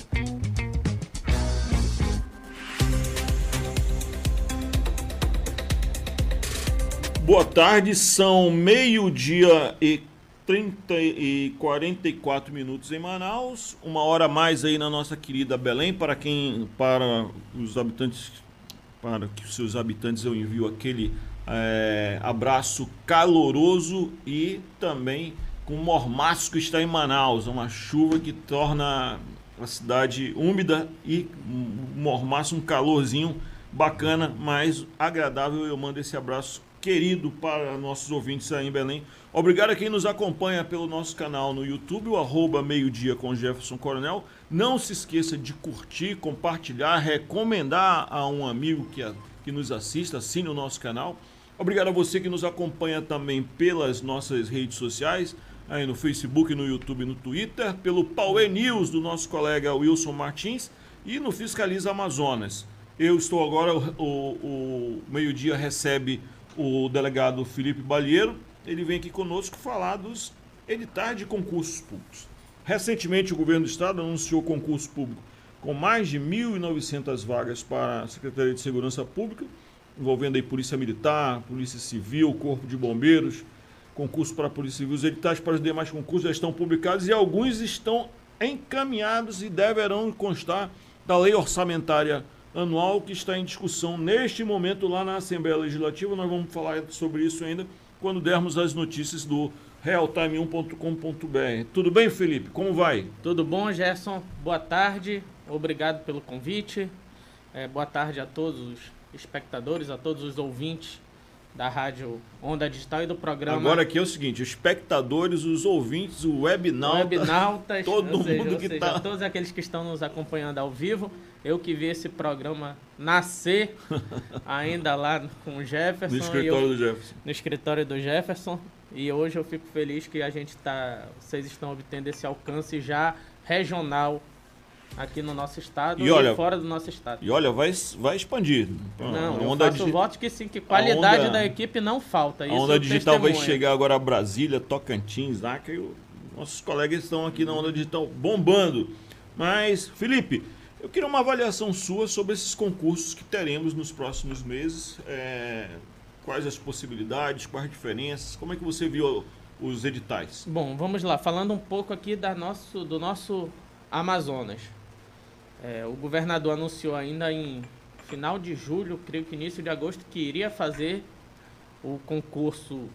B: Boa tarde, são meio-dia e trinta e quarenta e quatro minutos em Manaus. Uma hora a mais aí na nossa querida Belém. Para quem, para os habitantes, para que os seus habitantes eu envio aquele É, abraço caloroso e também com o mormaço que está em Manaus, uma chuva que torna a cidade úmida e um mormaço, um calorzinho bacana, mas agradável. Eu mando esse abraço querido para nossos ouvintes aí em Belém. Obrigado a quem nos acompanha pelo nosso canal no YouTube, o arroba meio-dia com Jefferson Coronel. Não se esqueça de curtir, compartilhar, recomendar a um amigo que, que nos assista, assine o nosso canal. Obrigado a você que nos acompanha também pelas nossas redes sociais, aí no Facebook, no YouTube e no Twitter, pelo Power News do nosso colega Wilson Martins e no Fiscaliza Amazonas. Eu estou agora, o, o Meio-Dia recebe o delegado Felipe Balheiro. Ele vem aqui conosco falar dos editais de concursos públicos. Recentemente o governo do estado anunciou concurso público com mais de mil e novecentas vagas para a Secretaria de Segurança Pública, envolvendo aí Polícia Militar, Polícia Civil, Corpo de Bombeiros, concurso para a Polícia Civil. Os editais para os demais concursos já estão publicados e alguns estão encaminhados e deverão constar da Lei Orçamentária Anual que está em discussão neste momento lá na Assembleia Legislativa. Nós vamos falar sobre isso ainda quando dermos as notícias do real time um ponto com ponto b r. Tudo bem, Felipe? Como vai?
J: Tudo bom, Gerson? Boa tarde. Obrigado pelo convite. É, boa tarde a todos os espectadores, a todos os ouvintes da Rádio Onda Digital e do programa...
B: Agora aqui é o seguinte, os espectadores, os ouvintes, o webnauta,
J: webnautas,
B: todo
J: ou seja,
B: mundo
J: ou
B: que
J: seja,
B: está...
J: todos aqueles que estão nos acompanhando ao vivo, eu que vi esse programa nascer ainda lá com o Jefferson.
B: No escritório
J: eu,
B: do Jefferson.
J: No escritório do Jefferson. E hoje eu fico feliz que a gente tá, vocês estão obtendo esse alcance já regional aqui no nosso estado
B: e,
J: e
B: olha,
J: fora do nosso estado.
B: E olha, vai, vai expandir.
J: Não,
B: a
J: eu
B: onda
J: faço
B: digi...
J: voto que sim, que qualidade
B: onda...
J: da equipe não falta. Isso
B: a Onda Digital vai
J: testemunho.
B: chegar agora a Brasília, Tocantins, Acre, e nossos colegas estão aqui na Onda Digital bombando. Mas, Felipe, eu queria uma avaliação sua sobre esses concursos que teremos nos próximos meses. É... Quais as possibilidades, quais as diferenças, como é que você viu os editais?
J: Bom, vamos lá, falando um pouco aqui da nosso, do nosso Amazonas. É, o governador anunciou ainda em final de julho, creio que início de agosto, que iria fazer o concurso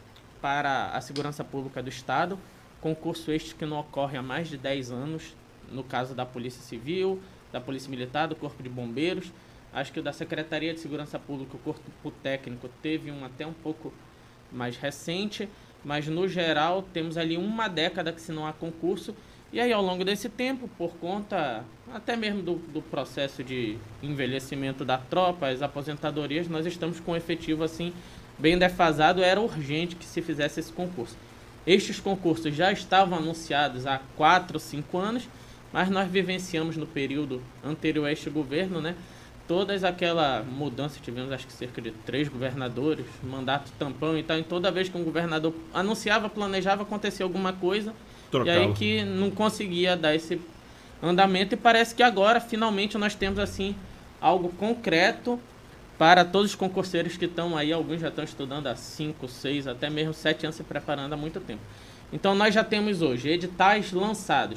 J: para a segurança pública do estado. Concurso este que não ocorre há mais de dez anos, no caso da Polícia Civil, da Polícia Militar, do Corpo de Bombeiros. Acho que o da Secretaria de Segurança Pública, o Corpo Técnico, teve um até um pouco mais recente, mas no geral temos ali uma década que se não há concurso. E aí, ao longo desse tempo, por conta até mesmo do, do processo de envelhecimento da tropa, as aposentadorias, nós estamos com um efetivo assim bem defasado. Era urgente que se fizesse esse concurso. Estes concursos já estavam anunciados há quatro, cinco anos, mas nós vivenciamos no período anterior a este governo, né, todas aquela mudança, tivemos acho que cerca de três governadores, mandato tampão e tal, e toda vez que um governador anunciava, planejava, acontecia alguma coisa, trocava. E aí que não conseguia dar esse andamento, e parece que agora, finalmente, nós temos, assim, algo concreto para todos os concurseiros que estão aí, alguns já estão estudando há cinco, seis, até mesmo sete anos, se preparando há muito tempo. Então, nós já temos hoje editais lançados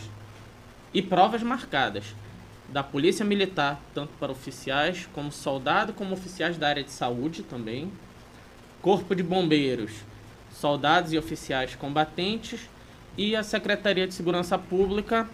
J: e provas marcadas da Polícia Militar, tanto para oficiais como soldado, como oficiais da área de saúde também, Corpo de Bombeiros, soldados e oficiais combatentes, e a Secretaria de Segurança Pública.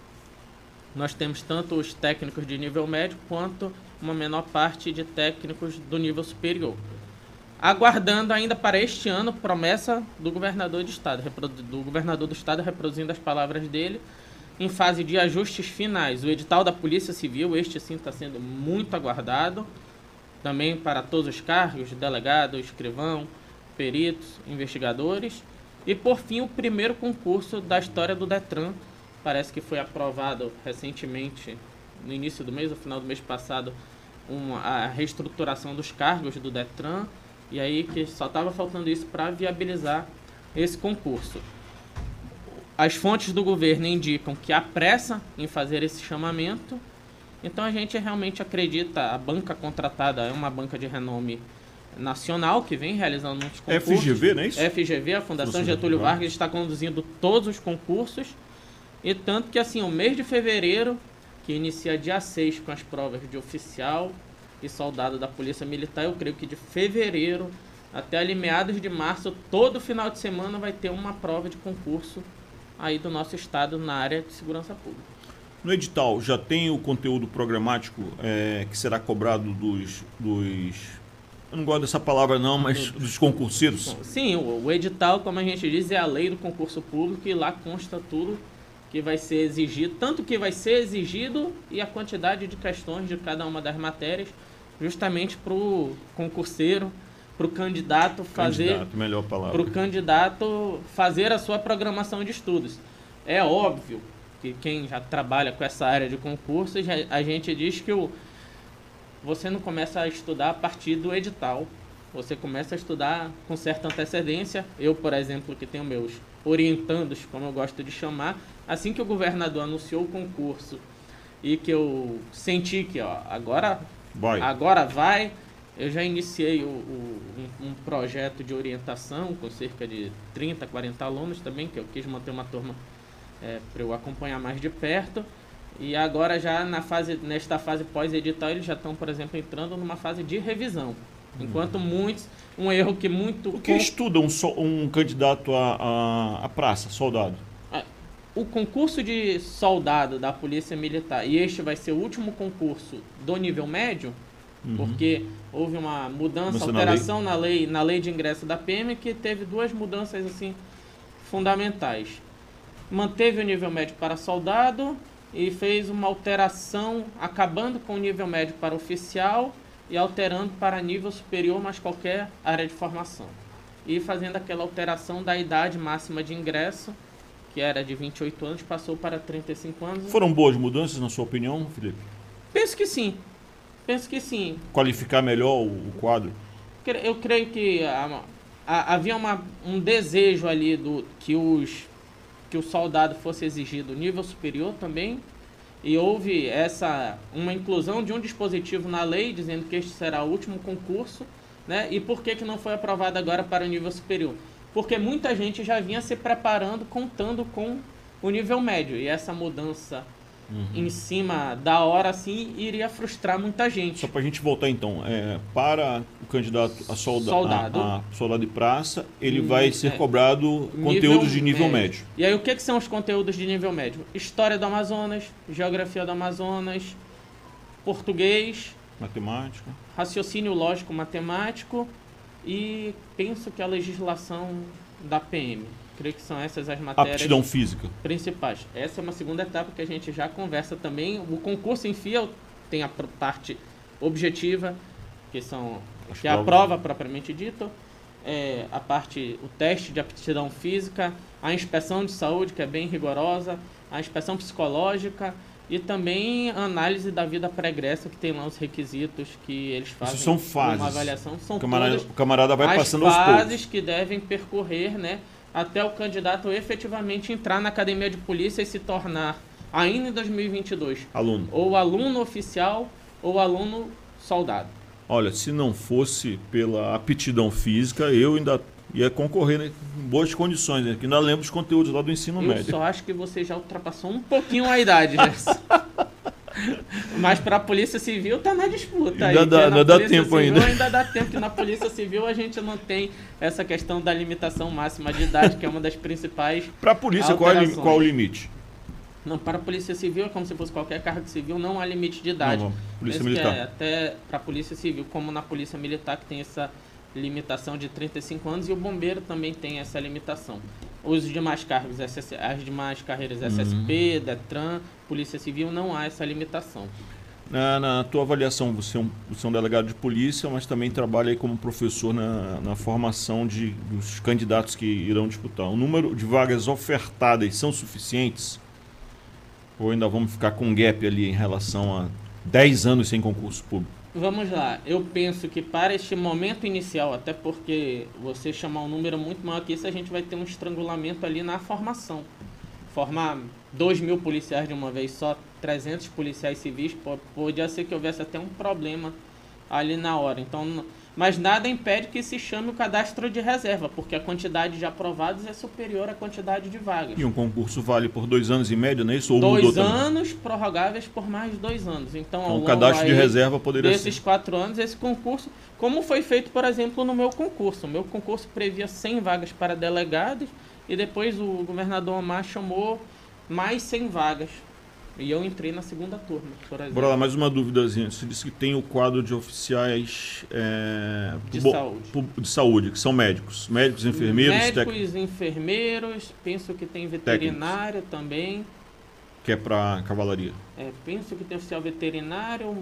J: Nós temos tanto os técnicos de nível médio quanto uma menor parte de técnicos do nível superior. Aguardando ainda para este ano promessa do governador de estado, do governador do estado reproduzindo as palavras dele, em fase de ajustes finais. O edital da Polícia Civil, este sim está sendo muito aguardado, também para todos os cargos, delegado, escrivão, peritos, investigadores. E por fim, o primeiro concurso da história do Detran, parece que foi aprovado recentemente, no início do mês, no final do mês passado, uma, a reestruturação dos cargos do Detran, e aí que só estava faltando isso para viabilizar esse concurso. As fontes do governo indicam que há pressa em fazer esse chamamento, então a gente realmente acredita, a banca contratada é uma banca de renome nacional que vem realizando muitos concursos.
B: F G V, não é isso?
J: F G V, a Fundação Getúlio Vargas, está conduzindo todos os concursos, e tanto que assim, o mês de fevereiro, que inicia dia seis com as provas de oficial e soldado da Polícia Militar, eu creio que de fevereiro até ali meados de março, todo final de semana vai ter uma prova de concurso aí do nosso estado na área de segurança pública.
B: No edital já tem o conteúdo programático é, que será cobrado dos, dos... Eu não gosto dessa palavra não, mas do, dos concurseiros?
J: Sim, o, o edital, como a gente diz, é a lei do concurso público, e lá consta tudo que vai ser exigido, tanto que vai ser exigido e a quantidade de questões de cada uma das matérias, justamente para o concurseiro, para o candidato fazer,
B: candidato, melhor palavra.
J: Para o candidato fazer a sua programação de estudos. É óbvio que quem já trabalha com essa área de concursos, a gente diz que o, você não começa a estudar a partir do edital, você começa a estudar com certa antecedência. Eu, por exemplo, que tenho meus orientandos, como eu gosto de chamar, assim que o governador anunciou o concurso e que eu senti que ó, agora
B: vai, agora
J: vai eu já iniciei o, o, um, um projeto de orientação com cerca de trinta, quarenta alunos também, que eu quis manter uma turma é, para eu acompanhar mais de perto. E agora já na fase, nesta fase pós-edital, eles já estão, por exemplo, entrando numa fase de revisão. Enquanto muitos, um erro que muito...
B: O que com... estuda um, so, um candidato à, à, à praça, soldado?
J: O concurso de soldado da Polícia Militar, e este vai ser o último concurso do nível médio, Uhum. Porque houve uma mudança,
B: Mudança
J: alteração na lei. na lei, na lei de ingresso da P M, que teve duas mudanças assim fundamentais. Manteve o nível médio para soldado e fez uma alteração, acabando com o nível médio para oficial e alterando para nível superior, mas qualquer área de formação. E fazendo aquela alteração da idade máxima de ingresso, que era de vinte e oito anos, passou para trinta e cinco anos.
B: Foram boas mudanças, na sua opinião, Felipe?
J: Penso que sim. Penso que sim.
B: Qualificar melhor o quadro?
J: Eu creio que a, a, havia uma, um desejo ali do, que, os, que o soldado fosse exigido nível superior também. E houve essa, uma inclusão de um dispositivo na lei, dizendo que este será o último concurso. Né? E por que, que não foi aprovado agora para o nível superior? Porque muita gente já vinha se preparando, contando com o nível médio. E essa mudança uhum. em cima da hora, assim, iria frustrar muita gente.
B: Só para a gente voltar, então. É, para o candidato a, solda
J: soldado.
B: a, a soldado de praça, ele
J: hum,
B: vai ser
J: é,
B: cobrado conteúdos de nível médio. médio.
J: E aí, o que, que são os conteúdos de nível médio? História do Amazonas, Geografia do Amazonas, Português...
B: Matemática.
J: Raciocínio lógico matemático e penso que a legislação da P M. Creio que são essas as matérias
B: aptidão física
J: principais. Essa é uma segunda etapa que a gente já conversa também. O concurso em si tem a parte objetiva, que são as que é a prova propriamente dita, é, a parte, o teste de aptidão física, a inspeção de saúde, que é bem rigorosa, a inspeção psicológica e também a análise da vida pregressa, que tem lá os requisitos que eles fazem.
B: Isso são fases.
J: Uma avaliação. São
B: o camarada,
J: todas
B: o camarada vai
J: as
B: passando aos poucos.
J: fases que devem percorrer, né, até o candidato efetivamente entrar na academia de polícia e se tornar, ainda em dois mil e vinte e dois,
B: aluno.
J: Ou aluno oficial ou aluno soldado.
B: Olha, se não fosse pela aptidão física, eu ainda ia concorrer, né, em boas condições, né, que ainda lembro os conteúdos lá do ensino
J: eu
B: médio.
J: Eu só acho que você já ultrapassou um pouquinho a idade, Gerson. Mas para a Polícia Civil tá na disputa.
B: Ainda
J: aí,
B: dá, ainda dá tempo
J: Civil,
B: ainda.
J: Ainda dá tempo, que na Polícia Civil a gente não tem essa questão da limitação máxima de idade, que é uma das principais.
B: Para a polícia, qual é, qual é o limite?
J: Não, para a Polícia Civil é como se fosse qualquer cargo civil, não há limite de idade.
B: Não, Polícia
J: Penso
B: Militar.
J: É até para a Polícia Civil, como na Polícia Militar, que tem essa limitação de trinta e cinco anos, e o bombeiro também tem essa limitação. Os demais cargos, as demais carreiras S S P, uhum. Detran, Polícia Civil, não há essa limitação.
B: Na, na tua avaliação, você é, um, você é um delegado de polícia, mas também trabalha aí como professor na, na formação de, dos candidatos que irão disputar. O número de vagas ofertadas são suficientes? Ou ainda vamos ficar com um gap ali em relação a dez anos sem concurso público?
J: Vamos lá, eu penso que para este momento inicial, até porque você chamar um número muito maior que isso, a gente vai ter um estrangulamento ali na formação. Formar dois mil policiais de uma vez só, trezentos policiais civis, podia ser que houvesse até um problema ali na hora. Então, mas nada impede que se chame o cadastro de reserva, porque a quantidade de aprovados é superior à quantidade de vagas.
B: E um concurso vale por dois anos e médio, não é isso? Ou
J: dois anos também? Prorrogáveis por mais de dois anos. Então,
B: então o cadastro de reserva poderia
J: desses
B: ser.
J: quatro anos, esse concurso, como foi feito, por exemplo, no meu concurso. O meu concurso previa cem vagas para delegados e depois o governador Omar chamou mais cem vagas. E eu entrei na segunda turma, por exemplo.
B: Bora lá, mais uma duvidazinha. Você disse que tem o quadro de oficiais é,
J: de,
B: bo,
J: saúde.
B: de saúde, que são médicos. Médicos, enfermeiros,
J: Médicos,
B: tec...
J: enfermeiros, penso que tem veterinário Técnicos. Também.
B: Que é para cavalaria.
J: É, penso que tem oficial veterinário,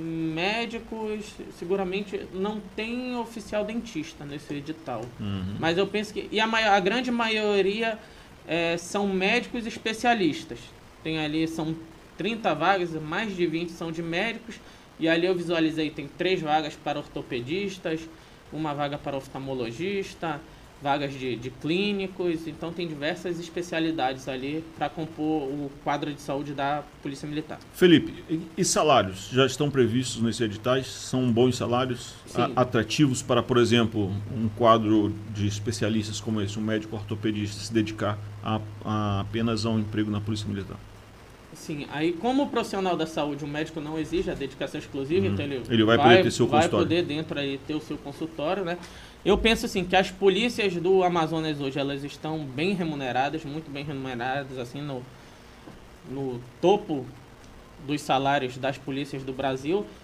J: médicos, seguramente não tem oficial dentista nesse edital.
B: Uhum.
J: Mas eu penso que... E a, maior, a grande maioria é, são médicos especialistas. Tem ali, são trinta vagas, mais de vinte são de médicos, e ali eu visualizei, tem três vagas para ortopedistas, uma vaga para oftalmologista, vagas de, de clínicos, então tem diversas especialidades ali para compor o quadro de saúde da Polícia Militar.
B: Felipe, e, e salários? Já estão previstos nesses editais? São bons salários? A, atrativos para, por exemplo, um quadro de especialistas como esse, um médico ortopedista, se dedicar a, a apenas a um emprego na Polícia Militar?
J: Sim, aí como o profissional da saúde, o médico não exige a dedicação exclusiva,
B: uhum.
J: então ele,
B: ele vai,
J: vai
B: poder ter seu
J: vai
B: consultório.
J: poder dentro aí ter o seu consultório, né? Eu penso assim, que as polícias do Amazonas hoje, elas estão bem remuneradas, muito bem remuneradas, assim, no, no topo dos salários das polícias do Brasil,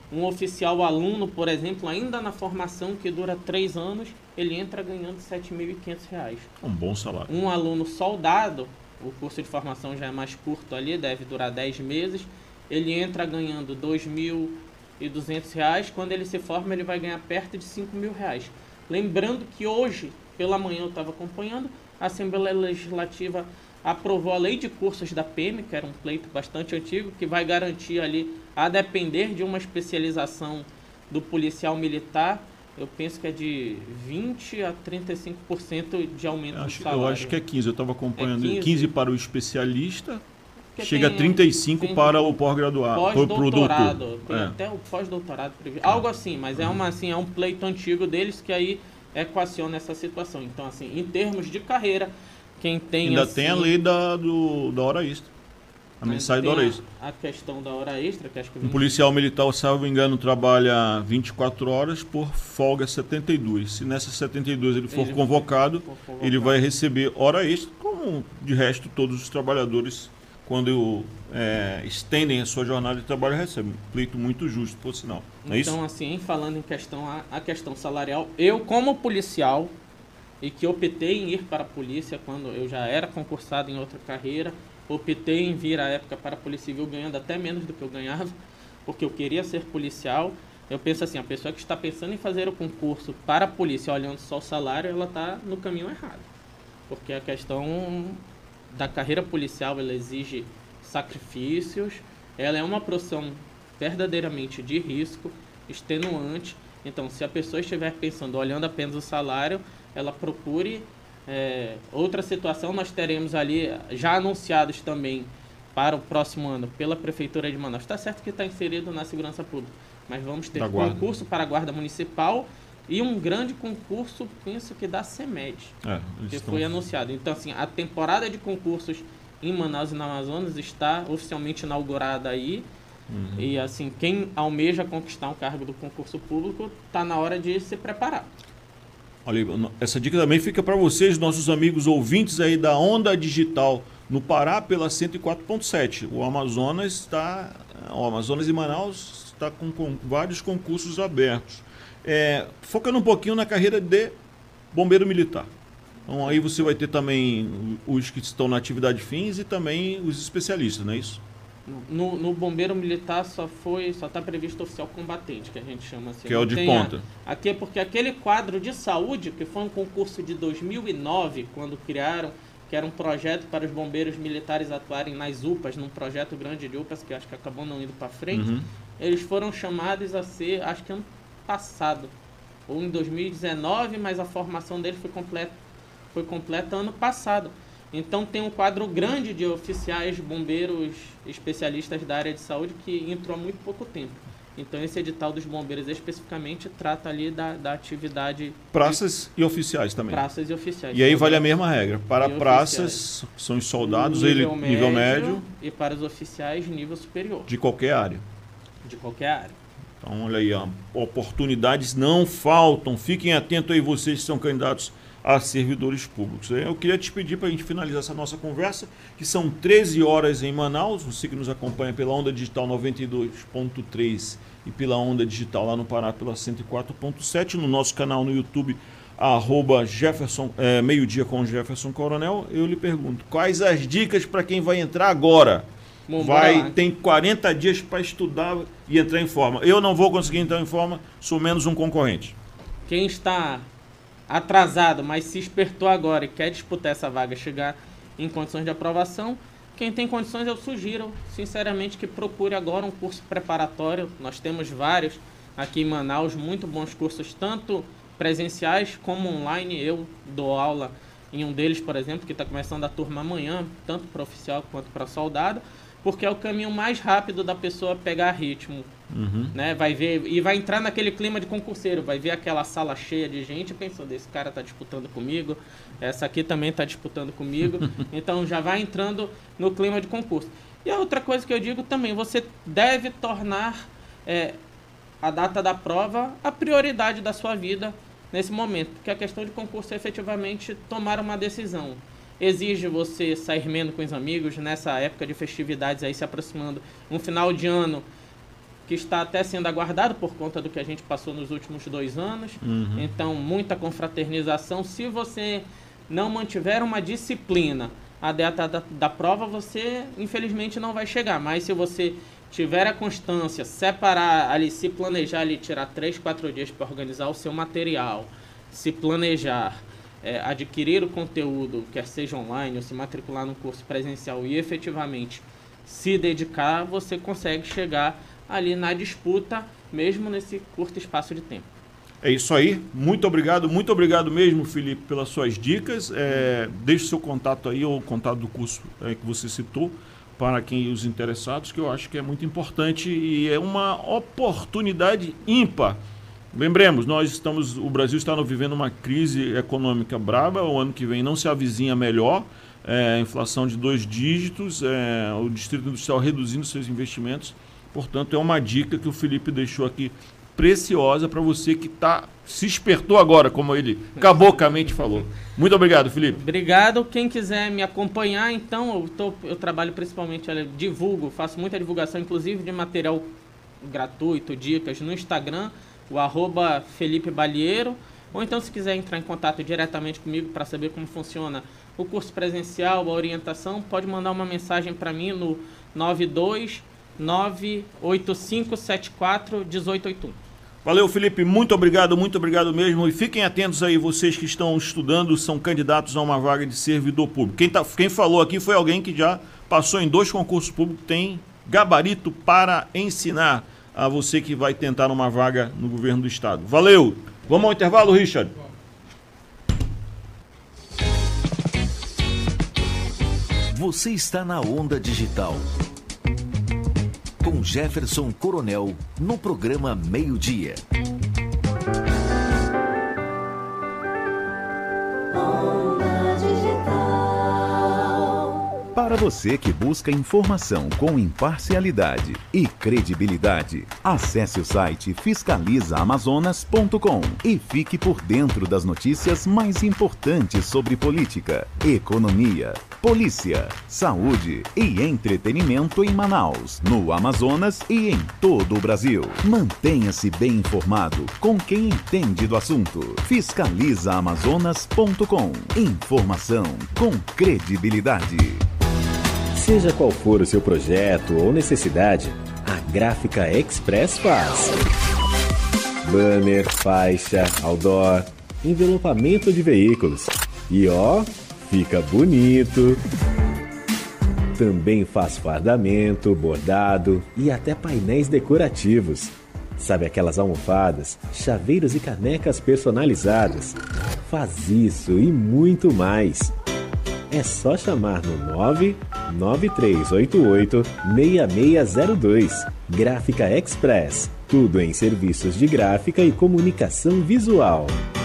J: Um oficial aluno, por exemplo, ainda na formação que dura três anos, ele entra ganhando sete mil e quinhentos reais.
B: Um bom salário.
J: Um aluno soldado, o curso de formação já é mais curto ali, deve durar dez meses, ele entra ganhando dois mil e duzentos reais, quando ele se forma ele vai ganhar perto de cinco mil reais. Lembrando que hoje, pela manhã eu estava acompanhando, a Assembleia Legislativa aprovou a lei de cursos da P M, que era um pleito bastante antigo, que vai garantir ali, a depender de uma especialização do policial militar, eu penso que é de vinte a trinta e cinco por cento de aumento
B: eu acho,
J: do salário.
B: Eu acho que é quinze, eu estava acompanhando.
J: É quinze?
B: quinze para o especialista,
J: Porque
B: chega
J: tem-
B: a trinta e cinco
J: tem
B: para o pós-graduado.
J: Pós-doutorado, tem
B: É.
J: até o pós-doutorado previsto. Algo assim, mas é, uma, assim, é um pleito antigo deles que aí equaciona essa situação. Então, assim, em termos de carreira, quem tem
B: Ainda
J: assim,
B: tem a lei da, do, da hora extra. A
J: ainda
B: mensagem da
J: tem
B: hora
J: a-
B: extra.
J: A questão da hora extra, que acho que
B: Um
J: vem-
B: policial militar, se eu não me engano, trabalha vinte e quatro horas por folga setenta e duas. Se nessas setenta e duas ele for
J: Ele
B: convocado,
J: for convocado.
B: ele vai receber hora extra, como de resto todos os trabalhadores, quando é, estendem a sua jornada de trabalho, recebem. Um pleito muito justo, por sinal. Não é
J: Então,
B: isso?
J: assim, falando em questão, a, a questão salarial, eu como policial, e que optei em ir para a polícia quando eu já era concursado em outra carreira, optei em vir à época para a Polícia Civil ganhando até menos do que eu ganhava, porque eu queria ser policial. Eu penso assim, a pessoa que está pensando em fazer o concurso para a polícia, olhando só o salário, ela está no caminho errado. Porque a questão da carreira policial, ela exige sacrifícios, ela é uma profissão verdadeiramente de risco, extenuante. Então, se a pessoa estiver pensando, olhando apenas o salário, ela procure é, outra situação. Nós teremos ali, já anunciados também para o próximo ano, pela Prefeitura de Manaus. Está certo que está inserido na segurança pública, mas vamos ter
B: Da guarda.
J: concurso para a Guarda Municipal e um grande concurso, penso que da CEMED,
B: É, eles
J: que
B: estão-
J: foi anunciado. Então, assim, a temporada de concursos em Manaus e na Amazonas está oficialmente inaugurada aí.
B: Uhum.
J: E, assim, quem almeja conquistar um cargo do concurso público, está na hora de se preparar.
B: Olha, essa dica também fica para vocês, nossos amigos ouvintes aí da Onda Digital no Pará pela cento e quatro ponto sete. O Amazonas está, o Amazonas e Manaus está com, com vários concursos abertos. É, focando um pouquinho na carreira de bombeiro militar. Então aí você vai ter também os que estão na atividade fins e também os especialistas, não é isso?
J: No, no bombeiro militar só foi, só está previsto oficial combatente, que a gente chama assim.
B: Que é o
J: Não
B: de
J: tem
B: ponta.
J: a- aqui é porque aquele quadro de saúde, que foi um concurso de dois mil e nove, quando criaram, que era um projeto para os bombeiros militares atuarem nas U P As, num projeto grande de U P As, que acho que acabou não indo para frente,
B: Uhum.
J: eles foram chamados a ser, acho que ano passado, ou em dois mil e dezenove, mas a formação deles foi completa, foi completa ano passado. Então tem um quadro grande de oficiais, bombeiros, especialistas da área de saúde que entrou há muito pouco tempo. Então esse edital dos bombeiros especificamente trata ali da, da atividade
B: Praças e oficiais
J: de
B: também.
J: praças e oficiais.
B: E aí vale a
J: Soldados
B: mesma regra. Para
J: e
B: praças, são os soldados, ele nível médio,
J: e para os oficiais nível superior,
B: de qualquer área.
J: de qualquer área.
B: Então, olha aí, ó, oportunidades não faltam. Fiquem atentos aí, vocês que são candidatos a servidores públicos. Eu queria te pedir para a gente finalizar essa nossa conversa, que são treze horas em Manaus. Você que nos acompanha pela Onda Digital noventa e dois ponto três e pela Onda Digital lá no Pará pela cento e quatro ponto sete, no nosso canal no YouTube, arroba Jefferson, é, meio-dia com Jefferson Coronel. Eu lhe pergunto, quais as dicas para quem vai entrar agora?
J: Bom, bora
B: Vai,
J: lá.
B: tem quarenta dias para estudar e entrar em forma. Eu não vou conseguir entrar em forma, sou menos um concorrente.
J: Quem está atrasado, mas se espertou agora e quer disputar essa vaga, chegar em condições de aprovação, quem tem condições eu sugiro, sinceramente, que procure agora um curso preparatório. Nós temos vários aqui em Manaus, muito bons cursos, tanto presenciais como online. Eu dou aula em um deles, por exemplo, que está começando a turma amanhã, tanto para oficial quanto para soldado, porque é o caminho mais rápido da pessoa pegar ritmo.
B: Uhum.
J: Né? Vai ver e vai entrar naquele clima de concurseiro, vai ver aquela sala cheia de gente pensando, esse cara tá disputando comigo, essa aqui também tá disputando comigo, então já vai entrando no clima de concurso. E a outra coisa que eu digo também, você deve tornar é, a data da prova a prioridade da sua vida nesse momento, porque a questão de concurso é efetivamente tomar uma decisão. Exige você sair menos com os amigos nessa época de festividades aí se aproximando, um final de ano que está até sendo aguardado por conta do que a gente passou nos últimos dois anos. Uhum. Então, muita confraternização. Se você não mantiver uma disciplina, a data da, da prova, você, infelizmente, não vai chegar. Mas se você tiver a constância, separar ali, se planejar ali, tirar três, quatro dias para organizar o seu material, se planejar, é, adquirir o conteúdo, quer seja online ou se matricular no curso presencial e efetivamente se dedicar, você consegue chegar ali na disputa, mesmo nesse curto espaço de tempo.
B: É isso aí, muito obrigado, muito obrigado mesmo, Felipe, pelas suas dicas. É, deixe seu contato aí, ou o contato do curso é, que você citou, para quem os interessados, que eu acho que é muito importante e é uma oportunidade ímpar. Lembremos, nós estamos, o Brasil está vivendo uma crise econômica braba, o ano que vem não se avizinha melhor, é, inflação de dois dígitos, é, o Distrito Industrial reduzindo seus investimentos. Portanto, é uma dica que o Felipe deixou aqui preciosa para você que tá, se espertou agora, como ele cabocamente falou. Muito obrigado, Felipe.
J: Obrigado. Quem quiser me acompanhar, então, eu, tô, eu trabalho principalmente, olha, divulgo, faço muita divulgação, inclusive de material gratuito, dicas no Instagram, o arroba Felipe Balieiro, ou então se quiser entrar em contato diretamente comigo para saber como funciona o curso presencial, a orientação, pode mandar uma mensagem para mim no nove dois nove oito cinco sete quatro um oito oito um.
B: Valeu, Felipe, muito obrigado, muito obrigado mesmo. E fiquem atentos aí, vocês que estão estudando, são candidatos a uma vaga de servidor público. Quem, tá, quem falou aqui foi alguém que já passou em dois concursos públicos, tem gabarito para ensinar a você que vai tentar uma vaga no governo do estado. Valeu! Vamos ao intervalo, Richard?
A: Você está na Onda Digital com Jefferson Coronel no programa Meio-Dia.
E: Onda Digital.
H: Para você que busca informação com imparcialidade e credibilidade, acesse o site fiscaliza amazonas ponto com e fique por dentro das notícias mais importantes sobre política, economia, polícia, saúde e entretenimento em Manaus, no Amazonas e em todo o Brasil. Mantenha-se bem informado com quem entende do assunto. fiscaliza amazonas ponto com. Informação com credibilidade.
G: Seja qual for o seu projeto ou necessidade, a Gráfica Express faz. Banner, faixa, outdoor, envelopamento de veículos. E ó, fica bonito. Também faz fardamento, bordado e até painéis decorativos. Sabe aquelas almofadas, chaveiros e canecas personalizadas? Faz isso e muito mais. É só chamar no nove nove três oito oito seis seis zero dois. Gráfica Express. Tudo em serviços de gráfica e comunicação visual.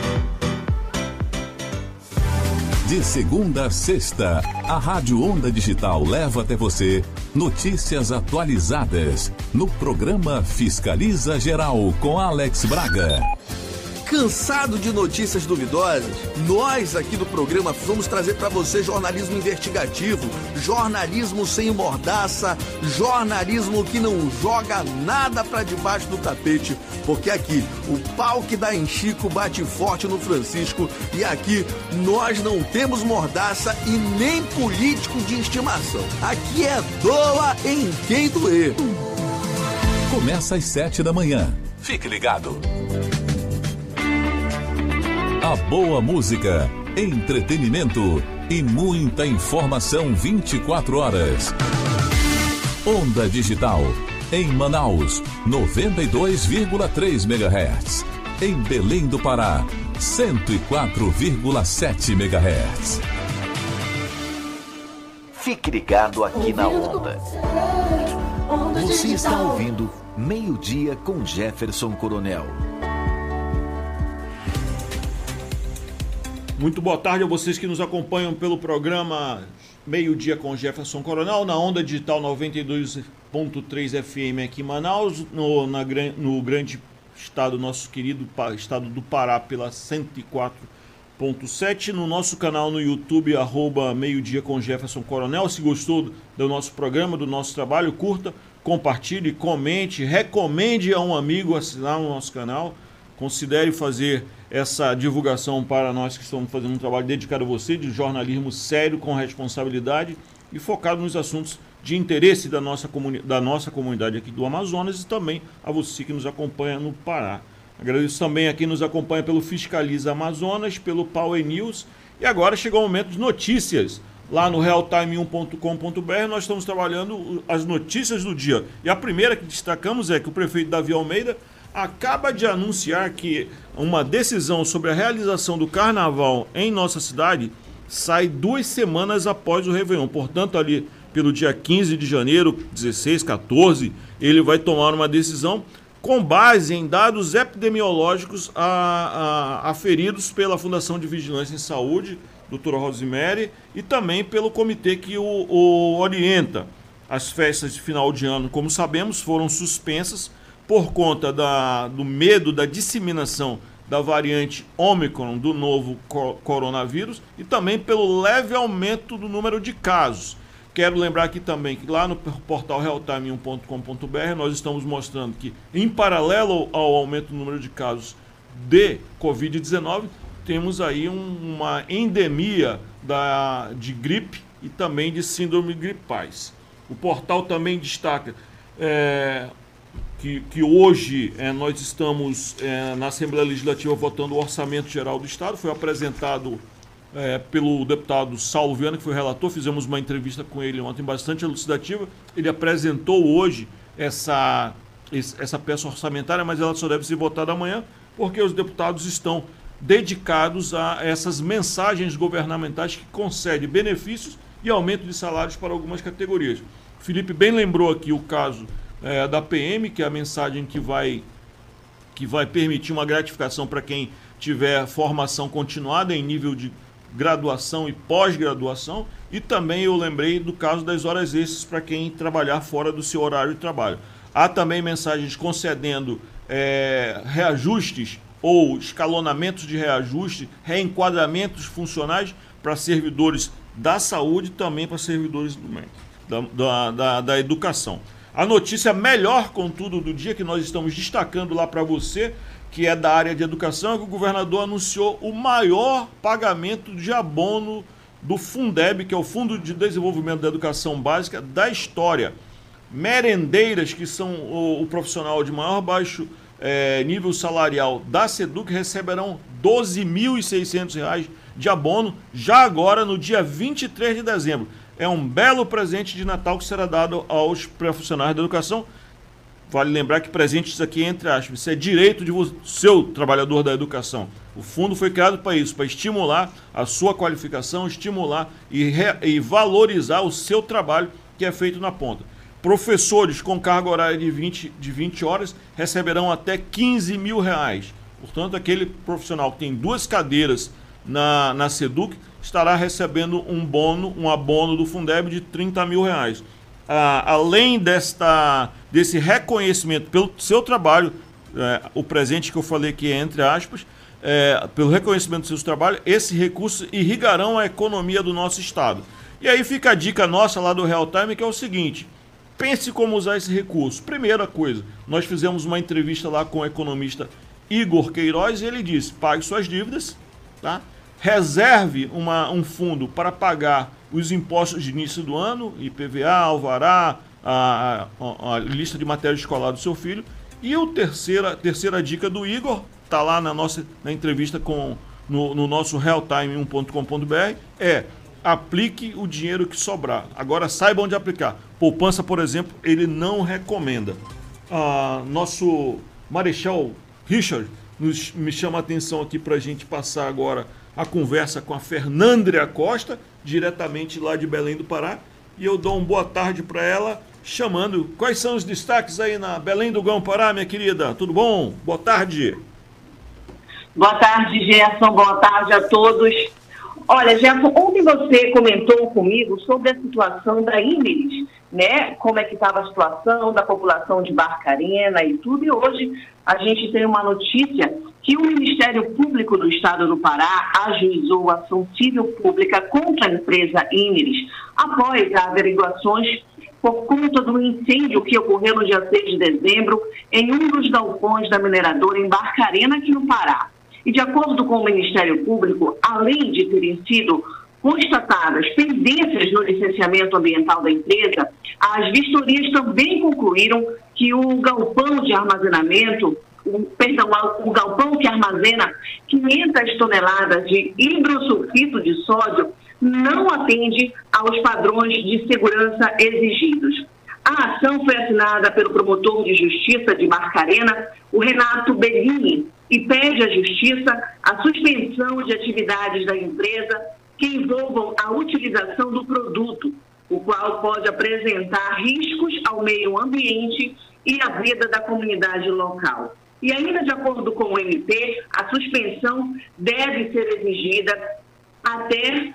I: De segunda a sexta, a Rádio Onda Digital leva até você notícias atualizadas no programa Fiscaliza Geral com Alex Braga.
K: Cansado de notícias duvidosas? Nós aqui do programa vamos trazer para você jornalismo investigativo, jornalismo sem mordaça, jornalismo que não joga nada para debaixo do tapete, porque aqui o pau que dá em Chico bate forte no Francisco e aqui nós não temos mordaça e nem político de estimação. Aqui é doa em quem doer.
I: Começa às sete da manhã. Fique ligado. A boa música, entretenimento e muita informação vinte e quatro horas. Onda Digital, em Manaus, noventa e dois vírgula três megahertz. Em Belém do Pará, cento e quatro vírgula sete megahertz.
A: Fique ligado aqui na Onda. Você está ouvindo Meio-Dia com Jefferson Coronel.
B: Muito boa tarde a vocês que nos acompanham pelo programa Meio-Dia com Jefferson Coronel, na Onda Digital noventa e dois ponto três F M aqui em Manaus, no, na, no grande estado, nosso querido estado do Pará, pela cento e quatro ponto sete, no nosso canal no YouTube, arroba Meio-Dia com Jefferson Coronel. Se gostou do nosso programa, do nosso trabalho, curta, compartilhe, comente, recomende a um amigo assinar o nosso canal. Considere fazer essa divulgação para nós que estamos fazendo um trabalho dedicado a você, de jornalismo sério, com responsabilidade e focado nos assuntos de interesse da nossa, comuni da nossa comunidade aqui do Amazonas e também a você que nos acompanha no Pará. Agradeço também a quem nos acompanha pelo Fiscaliza Amazonas, pelo Power News. E agora chegou o momento de notícias. Lá no real time um ponto com ponto b r nós estamos trabalhando as notícias do dia. E a primeira que destacamos é que o prefeito Davi Almeida acaba de anunciar que uma decisão sobre a realização do carnaval em nossa cidade sai duas semanas após o Réveillon. Portanto, ali pelo dia quinze de janeiro, dezesseis, quatorze, ele vai tomar uma decisão com base em dados epidemiológicos a, a, aferidos pela Fundação de Vigilância em Saúde, doutora Rosemary, e também pelo comitê que o, o orienta. As festas de final de ano, como sabemos, foram suspensas por conta da, do medo da disseminação da variante Ômicron do novo co coronavírus e também pelo leve aumento do número de casos. Quero lembrar aqui também que lá no portal real time um ponto com ponto b r nós estamos mostrando que, em paralelo ao aumento do número de casos de covid dezenove, temos aí um, uma endemia da, de gripe e também de síndrome gripais. O portal também destaca é, que, que hoje é, nós estamos é, na Assembleia Legislativa votando o Orçamento Geral do Estado. Foi apresentado é, pelo deputado Saulo Viana, que foi relator. Fizemos uma entrevista com ele ontem bastante elucidativa. Ele apresentou hoje essa, essa peça orçamentária, mas ela só deve ser votada amanhã, porque os deputados estão dedicados a essas mensagens governamentais que concedem benefícios e aumento de salários para algumas categorias. Felipe bem lembrou aqui o caso é, da P M, que é a mensagem que vai, que vai permitir uma gratificação para quem tiver formação continuada em nível de graduação e pós-graduação, e também eu lembrei do caso das horas extras para quem trabalhar fora do seu horário de trabalho. Há também mensagens concedendo é, reajustes ou escalonamentos de reajuste, reenquadramentos funcionais para servidores da saúde e também para servidores do, da, da, da, da educação. A notícia melhor, contudo, do dia que nós estamos destacando lá para você, que é da área de educação, é que o governador anunciou o maior pagamento de abono do Fundeb, que é o Fundo de Desenvolvimento da Educação Básica da história. Merendeiras, que são o, o profissional de maior baixo É, nível salarial da SEDUC, receberão doze mil e seiscentos reais de abono já agora no dia vinte e três de dezembro. É um belo presente de Natal que será dado aos profissionais da educação. Vale lembrar que presentes aqui, entre aspas, isso é direito de você, seu trabalhador da educação. O fundo foi criado para isso, para estimular a sua qualificação, estimular e, re, e valorizar o seu trabalho que é feito na ponta. Professores com carga horária de vinte, de vinte horas receberão até quinze mil reais. Portanto, aquele profissional que tem duas cadeiras na, na SEDUC estará recebendo um bono, um abono do Fundeb de trinta mil reais. Ah, além desta, desse reconhecimento pelo seu trabalho, é, o presente que eu falei aqui é entre aspas, é, pelo reconhecimento do seu trabalho, esse recurso irrigarão a economia do nosso estado. E aí fica a dica nossa lá do Real Time, que é o seguinte: pense como usar esse recurso. Primeira coisa, nós fizemos uma entrevista lá com o economista Igor Queiroz e ele disse: pague suas dívidas, tá? Reserve uma, um fundo para pagar os impostos de início do ano, I P V A, alvará, a, a, a lista de matéria escolar do seu filho. E a terceira, terceira dica do Igor, está lá na nossa na entrevista com, no, no nosso real time um ponto com ponto b r, é: aplique o dinheiro que sobrar. Agora saiba onde aplicar. Poupança, por exemplo, ele não recomenda. Ah, nosso Marechal Richard nos, me chama a atenção aqui para a gente passar agora a conversa com a Fernandria Costa, diretamente lá de Belém do Pará. E eu dou uma boa tarde para ela, chamando. Quais são os destaques aí na Belém do Grão-Pará, minha querida? Tudo bom? Boa tarde.
L: Boa tarde, Gerson. Boa tarde a todos. Olha, Gerson, ontem você comentou comigo sobre a situação da Imeris, né? Como é que estava a situação da população de Barcarena e tudo. E hoje a gente tem uma notícia que o Ministério Público do Estado do Pará ajuizou ação civil pública contra a empresa Imeris após as averiguações por conta do incêndio que ocorreu no dia seis de dezembro em um dos galpões da mineradora em Barcarena, aqui no Pará. E de acordo com o Ministério Público, além de terem sido constatadas pendências no licenciamento ambiental da empresa, as vistorias também concluíram que o galpão de armazenamento, o, perdão, o galpão que armazena quinhentas toneladas de hidrosulfito de sódio não atende aos padrões de segurança exigidos. A ação foi assinada pelo promotor de justiça de Barcarena, o Renato Bellini, e pede à Justiça a suspensão de atividades da empresa que envolvam a utilização do produto, o qual pode apresentar riscos ao meio ambiente e à vida da comunidade local. E ainda de acordo com o M P, a suspensão deve ser exigida até,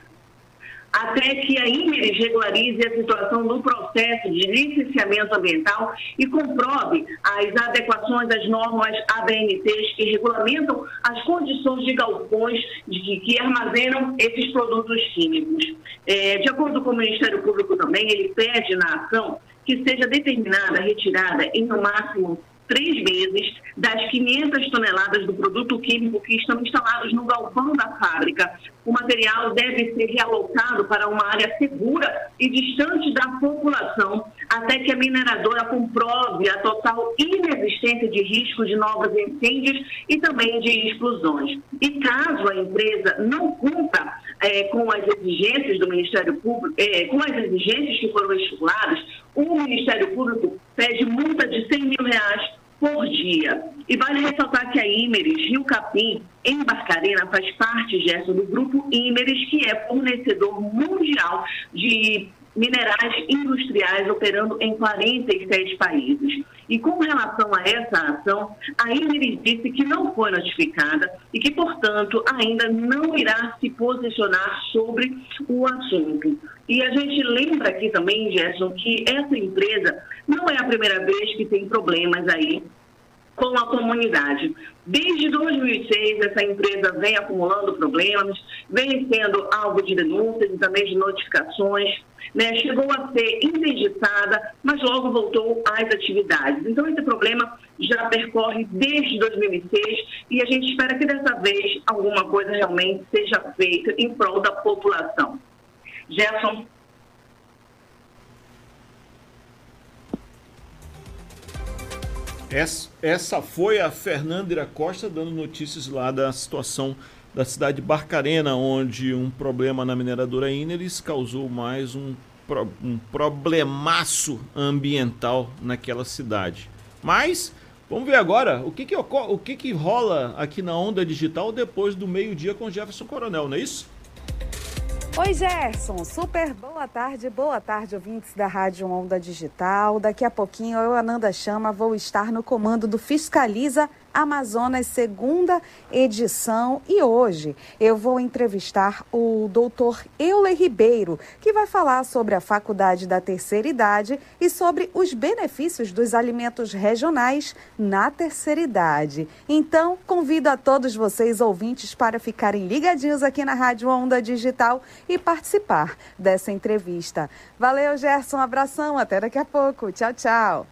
L: até que a Imeris regularize a situação do processo de licenciamento ambiental e comprove as adequações às normas A B N Ts que regulamentam as condições de galpões de que, que armazenam esses produtos químicos. É, de acordo com o Ministério Público também, ele pede na ação que seja determinada a retirada em no máximo três meses das quinhentas toneladas do produto químico que estão instalados no galpão da fábrica. O material deve ser realocado para uma área segura e distante da população, até que a mineradora comprove a total inexistência de risco de novos incêndios e também de explosões. E caso a empresa não cumpra é, com as exigências do Ministério Público, é, com as exigências que foram estipuladas, o Ministério Público pede multa de cem mil reais por dia. E vale ressaltar que a Imeris Rio Capim, em Barcarena, faz parte, Gerson, do grupo Imeris, que é fornecedor mundial de minerais industriais operando em quarenta e seis países. E com relação a essa ação, a Imeris disse que não foi notificada e que, portanto, ainda não irá se posicionar sobre o assunto. E a gente lembra aqui também, Gerson, que essa empresa não é a primeira vez que tem problemas aí com a comunidade. Desde dois mil e seis, essa empresa vem acumulando problemas, vem sendo alvo de denúncias e também de notificações, né? Chegou a ser interditada, mas logo voltou às atividades. Então, esse problema já percorre desde dois mil e seis e a gente espera que dessa vez alguma coisa realmente seja feita em prol da população. Gerson.
B: Essa foi a Fernanda Costa dando notícias lá da situação da cidade de Barcarena, onde um problema na mineradora Imeris causou mais um, um problemaço ambiental naquela cidade. Mas vamos ver agora o que que, o que que rola aqui na Onda Digital depois do meio-dia com Jefferson Coronel, não é isso?
M: Oi, Gerson, super boa tarde, boa tarde, ouvintes da Rádio Onda Digital. Daqui a pouquinho eu, Ananda Chama, vou estar no comando do Fiscaliza Amazonas, segunda edição, e hoje eu vou entrevistar o doutor Euler Ribeiro, que vai falar sobre a Faculdade da Terceira Idade e sobre os benefícios dos alimentos regionais na terceira idade. Então, convido a todos vocês, ouvintes, para ficarem ligadinhos aqui na Rádio Onda Digital e participar dessa entrevista. Valeu, Gerson, um abração, até daqui a pouco. Tchau, tchau.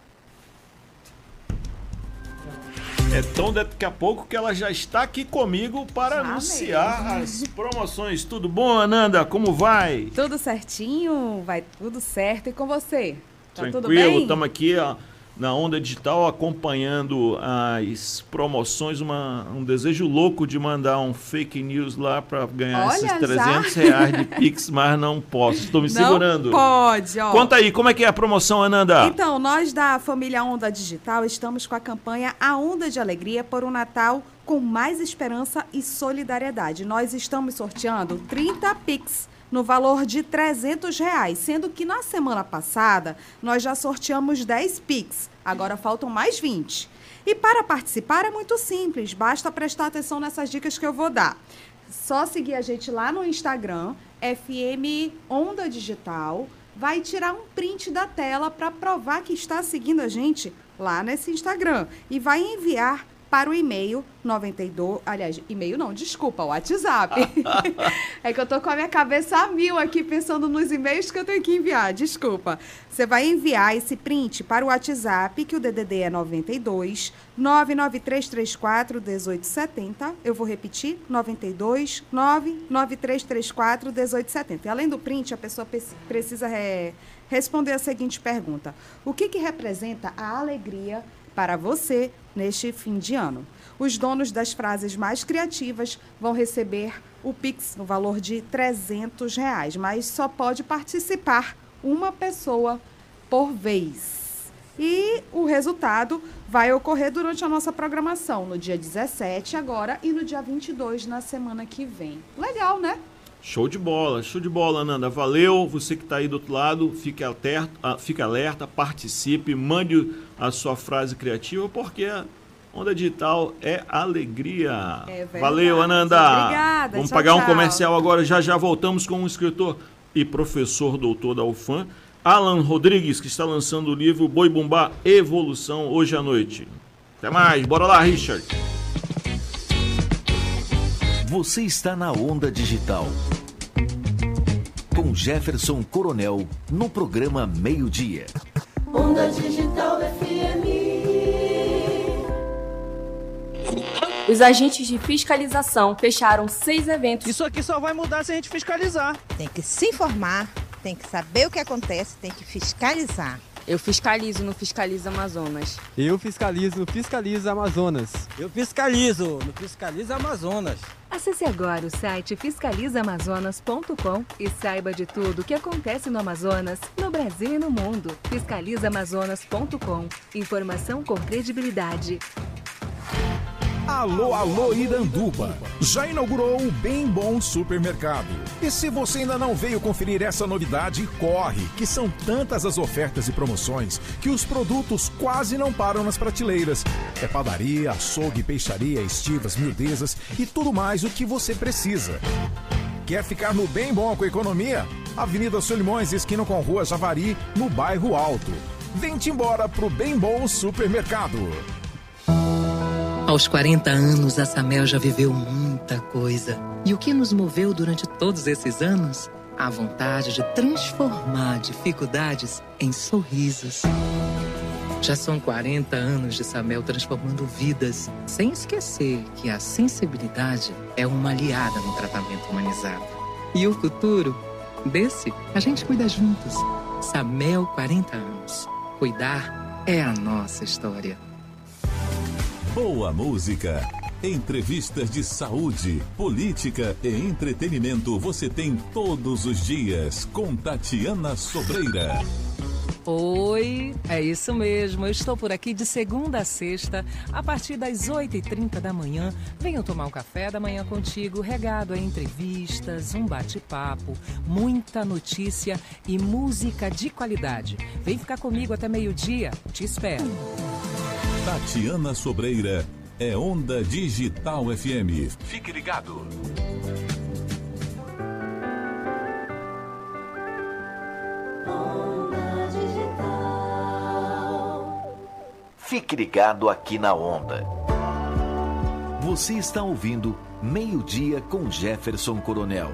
B: É tão daqui a pouco que ela já está aqui comigo para já anunciar mesmo as promoções. Tudo bom, Ananda? Como vai?
M: Tudo certinho, vai tudo certo. E com você? Tá
B: Tranquilo,
M: tudo bem?
B: Estamos aqui ó, na Onda Digital acompanhando as promoções. Uma, um desejo louco de mandar um fake news lá para ganhar Olha, esses trezentos reais de Pix, mas não posso. Estou me
M: não
B: segurando.
M: Pode, ó.
B: Conta aí, como é que é a promoção, Ananda?
M: Então, nós da família Onda Digital estamos com a campanha A Onda de Alegria por um Natal com mais esperança e solidariedade. Nós estamos sorteando trinta Pix no valor de trezentos reais, sendo que na semana passada nós já sorteamos dez Pix, agora faltam mais vinte. E para participar é muito simples, basta prestar atenção nessas dicas que eu vou dar. Só seguir a gente lá no Instagram, F M Onda Digital, vai tirar um print da tela para provar que está seguindo a gente lá nesse Instagram e vai enviar para o e-mail noventa e dois, aliás, e-mail não, desculpa, o WhatsApp. É que eu tô com a minha cabeça a mil aqui pensando nos e-mails que eu tenho que enviar, desculpa. Você vai enviar esse print para o WhatsApp, que o D D D é noventa e dois, nove nove três três quatro, um oito sete zero. Eu vou repetir, noventa e dois, nove nove três três quatro, um oito sete zero. E além do print, a pessoa precisa é, responder a seguinte pergunta: o que que representa a alegria para você neste fim de ano? Os donos das frases mais criativas vão receber o Pix no valor de trezentos reais, mas só pode participar uma pessoa por vez. E o resultado vai ocorrer durante a nossa programação, no dia dezessete agora e no dia vinte e dois na semana que vem. Legal, né?
B: Show de bola, show de bola, Ananda. Valeu, você que está aí do outro lado, fique alerta, fique alerta, participe, mande a sua frase criativa, porque a Onda Digital é alegria. É verdade. Valeu, Ananda.
M: Obrigada.
B: Vamos
M: tchau,
B: pagar
M: tchau.
B: um comercial agora, já já voltamos com o escritor e professor doutor da U F A M, Alan Rodrigues, que está lançando o livro Boi Bumbá Evolução hoje à noite. Até mais, bora lá, Richard.
A: Você está na Onda Digital com Jefferson Coronel no programa Meio-Dia.
E: Onda Digital F M.
N: Os agentes de fiscalização fecharam seis eventos.
O: Isso aqui só vai mudar se a gente fiscalizar.
P: Tem que se informar, tem que saber o que acontece, tem que fiscalizar.
N: Eu fiscalizo no Fiscaliza Amazonas.
Q: Eu fiscalizo no Fiscaliza Amazonas.
O: Eu fiscalizo no Fiscaliza Amazonas.
R: Acesse agora o site fiscaliza amazonas ponto com e saiba de tudo o que acontece no Amazonas, no Brasil e no mundo. fiscaliza amazonas ponto com. Informação com credibilidade.
S: Alô, alô, Iranduba! Já inaugurou o Bem Bom Supermercado. E se você ainda não veio conferir essa novidade, corre, que são tantas as ofertas e promoções que os produtos quase não param nas prateleiras. É padaria, açougue, peixaria, estivas, miudezas e tudo mais o que você precisa. Quer ficar no Bem Bom com economia? Avenida Solimões, esquina com Rua Javari, no Bairro Alto. Vem-te embora pro Bem Bom Supermercado.
T: Aos quarenta anos, a Samel já viveu muita coisa. E o que nos moveu durante todos esses anos? A vontade de transformar dificuldades em sorrisos. Já são quarenta anos de Samel transformando vidas, sem esquecer que a sensibilidade é uma aliada no tratamento humanizado. E o futuro? Desse, a gente cuida juntos. Samel, quarenta anos. Cuidar é a nossa história.
I: Boa música, entrevistas de saúde, política e entretenimento você tem todos os dias com Tatiana Sobreira.
U: Oi, é isso mesmo, eu estou por aqui de segunda a sexta, a partir das oito e trinta da manhã. Venho tomar um café da manhã contigo, regado a entrevistas, um bate-papo, muita notícia e música de qualidade. Vem ficar comigo até meio-dia, te espero.
I: Tatiana Sobreira é Onda Digital F M.
A: Fique ligado.
E: Onda Digital.
A: Fique ligado aqui na Onda. Você está ouvindo Meio-Dia com Jefferson Coronel.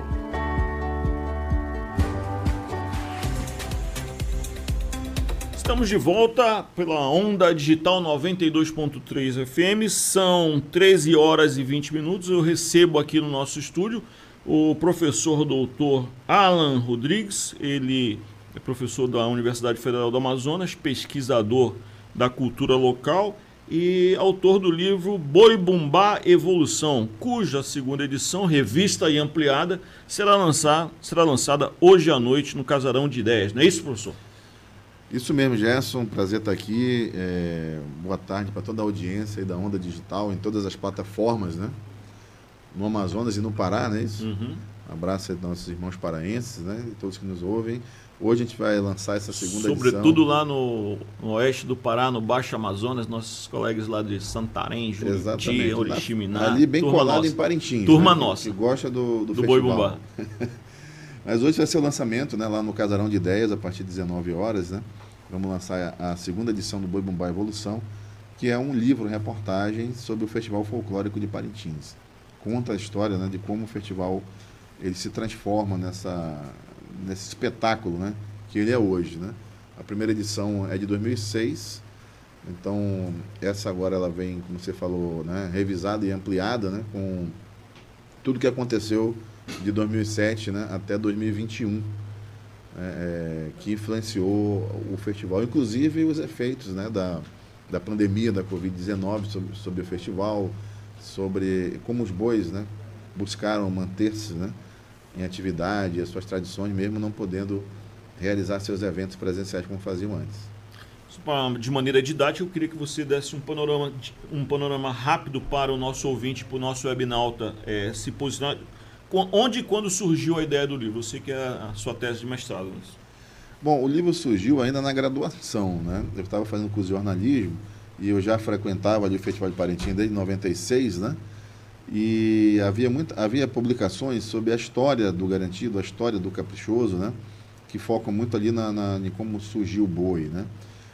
B: Estamos de volta pela Onda Digital noventa e dois ponto três F M, são treze horas e vinte minutos. Eu recebo aqui no nosso estúdio o professor doutor Alan Rodrigues, ele é professor da Universidade Federal do Amazonas, pesquisador da cultura local e autor do livro Boi Bumbá Evolução, cuja segunda edição, revista e ampliada, será, lançar, será lançada hoje à noite no Casarão de Ideias. Não é isso, professor?
V: Isso mesmo, Gerson, prazer estar aqui, é, boa tarde para toda a audiência aí da Onda Digital, em todas as plataformas, né? No Amazonas e no Pará, né? Isso? Uhum. Um abraço aí aos nossos irmãos paraenses, né? E todos que nos ouvem. Hoje a gente vai lançar essa segunda edição.
B: Sobretudo lá no, no oeste do Pará, no Baixo Amazonas, nossos colegas lá de Santarém, Juruti, Oriximiná.
V: Ali bem colado
B: nossa.
V: Em Parintins.
B: Turma
V: né?
B: nossa.
V: Que gosta do, do,
B: do
V: festival.
B: Boi Bumbá.
V: Mas hoje vai ser o lançamento, né, lá no Casarão de Ideias, a partir de dezenove horas, né? Vamos lançar a, a segunda edição do Boi Bumbá Evolução, que é um livro-reportagem sobre o Festival Folclórico de Parintins. Conta a história, né, de como o festival ele se transforma nessa, nesse espetáculo, né, que ele é hoje, né? A primeira edição é de dois mil e seis, então essa agora ela vem, como você falou, né, revisada e ampliada, né, com tudo que aconteceu de dois mil e sete, né, até dois mil e vinte e um, é, que influenciou o festival, inclusive os efeitos, né, da, da pandemia da covid dezenove sobre, sobre o festival, sobre como os bois, né, buscaram manter-se, né, em atividade, as suas tradições, mesmo não podendo realizar seus eventos presenciais como faziam antes.
B: De maneira didática, eu queria que você desse um panorama, um panorama rápido para o nosso ouvinte, para o nosso webnauta é, se posicionar. Onde e quando surgiu a ideia do livro? Você que é a sua tese de mestrado.
V: Bom, o livro surgiu ainda na graduação, né? Eu estava fazendo curso de jornalismo e eu já frequentava ali o Festival de Parintins desde noventa e seis, né? E havia, muita, havia publicações sobre a história do Garantido, a história do Caprichoso, né? Que focam muito ali na, na, em como surgiu o boi, né?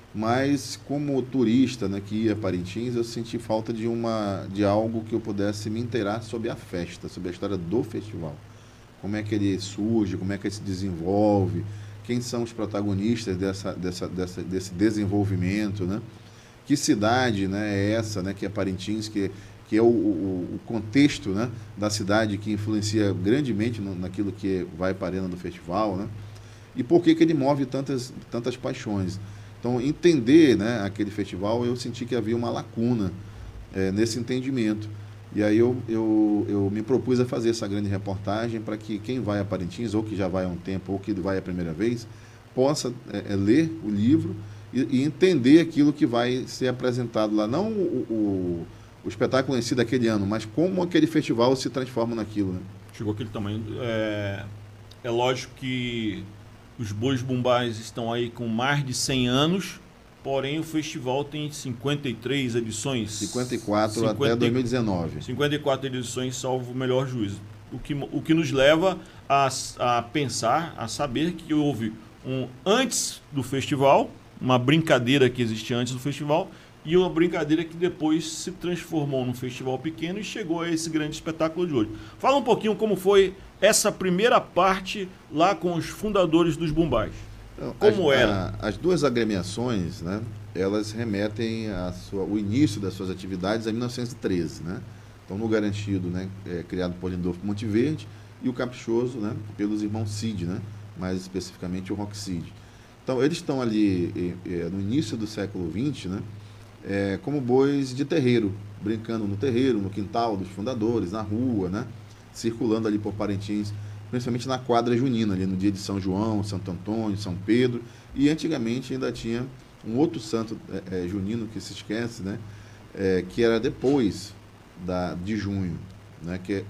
V: Mas como turista, né, que ia a Parintins, eu senti falta de, uma, de algo que eu pudesse me inteirar sobre a festa, sobre a história do festival. Como é que ele surge, como é que ele se desenvolve, quem são os protagonistas dessa, dessa, dessa, desse desenvolvimento, né? Que cidade, né, é essa, né, que é Parintins, que, que é o, o, o contexto, né, da cidade que influencia grandemente no, naquilo que vai para a arena do festival, né? E por que que ele move tantas, tantas paixões. Então, entender, né, aquele festival, eu senti que havia uma lacuna é, nesse entendimento. E aí eu, eu, eu me propus a fazer essa grande reportagem para que quem vai a Parintins, ou que já vai há um tempo, ou que vai a primeira vez, possa é, é, ler o livro e, e entender aquilo que vai ser apresentado lá. Não o, o, o espetáculo em si daquele ano, mas como aquele festival se transforma naquilo. Né?
B: Chegou aquele tamanho. É, é lógico que os bois bumbás estão aí com mais de cem anos, porém o festival tem cinquenta e três edições.
V: cinquenta e quatro cinquenta, até dois mil e dezenove.
B: cinquenta e quatro edições, salvo o melhor juízo. O que, o que nos leva a, a pensar, a saber que houve um antes do festival, uma brincadeira que existia antes do festival, e uma brincadeira que depois se transformou num festival pequeno e chegou a esse grande espetáculo de hoje. Fala um pouquinho como foi essa primeira parte lá com os fundadores dos bumbás.
V: Então,
B: como
V: as,
B: era?
V: A, as duas agremiações, né, elas remetem a sua, o início das suas atividades a mil novecentos e treze. Né? Então, no Garantido, né, é, criado por Lindolfo Monteverde, e o Caprichoso, né, pelos irmãos Cid, né, mais especificamente o Rock Cid. Então, eles estão ali é, no início do século vinte, né, é, como bois de terreiro, brincando no terreiro, no quintal dos fundadores, na rua, né, circulando ali por Parintins, principalmente na quadra junina, ali no dia de São João, Santo Antônio, São Pedro, e antigamente ainda tinha um outro santo é, é, junino que se esquece, né, é, que era depois da, de junho, né, que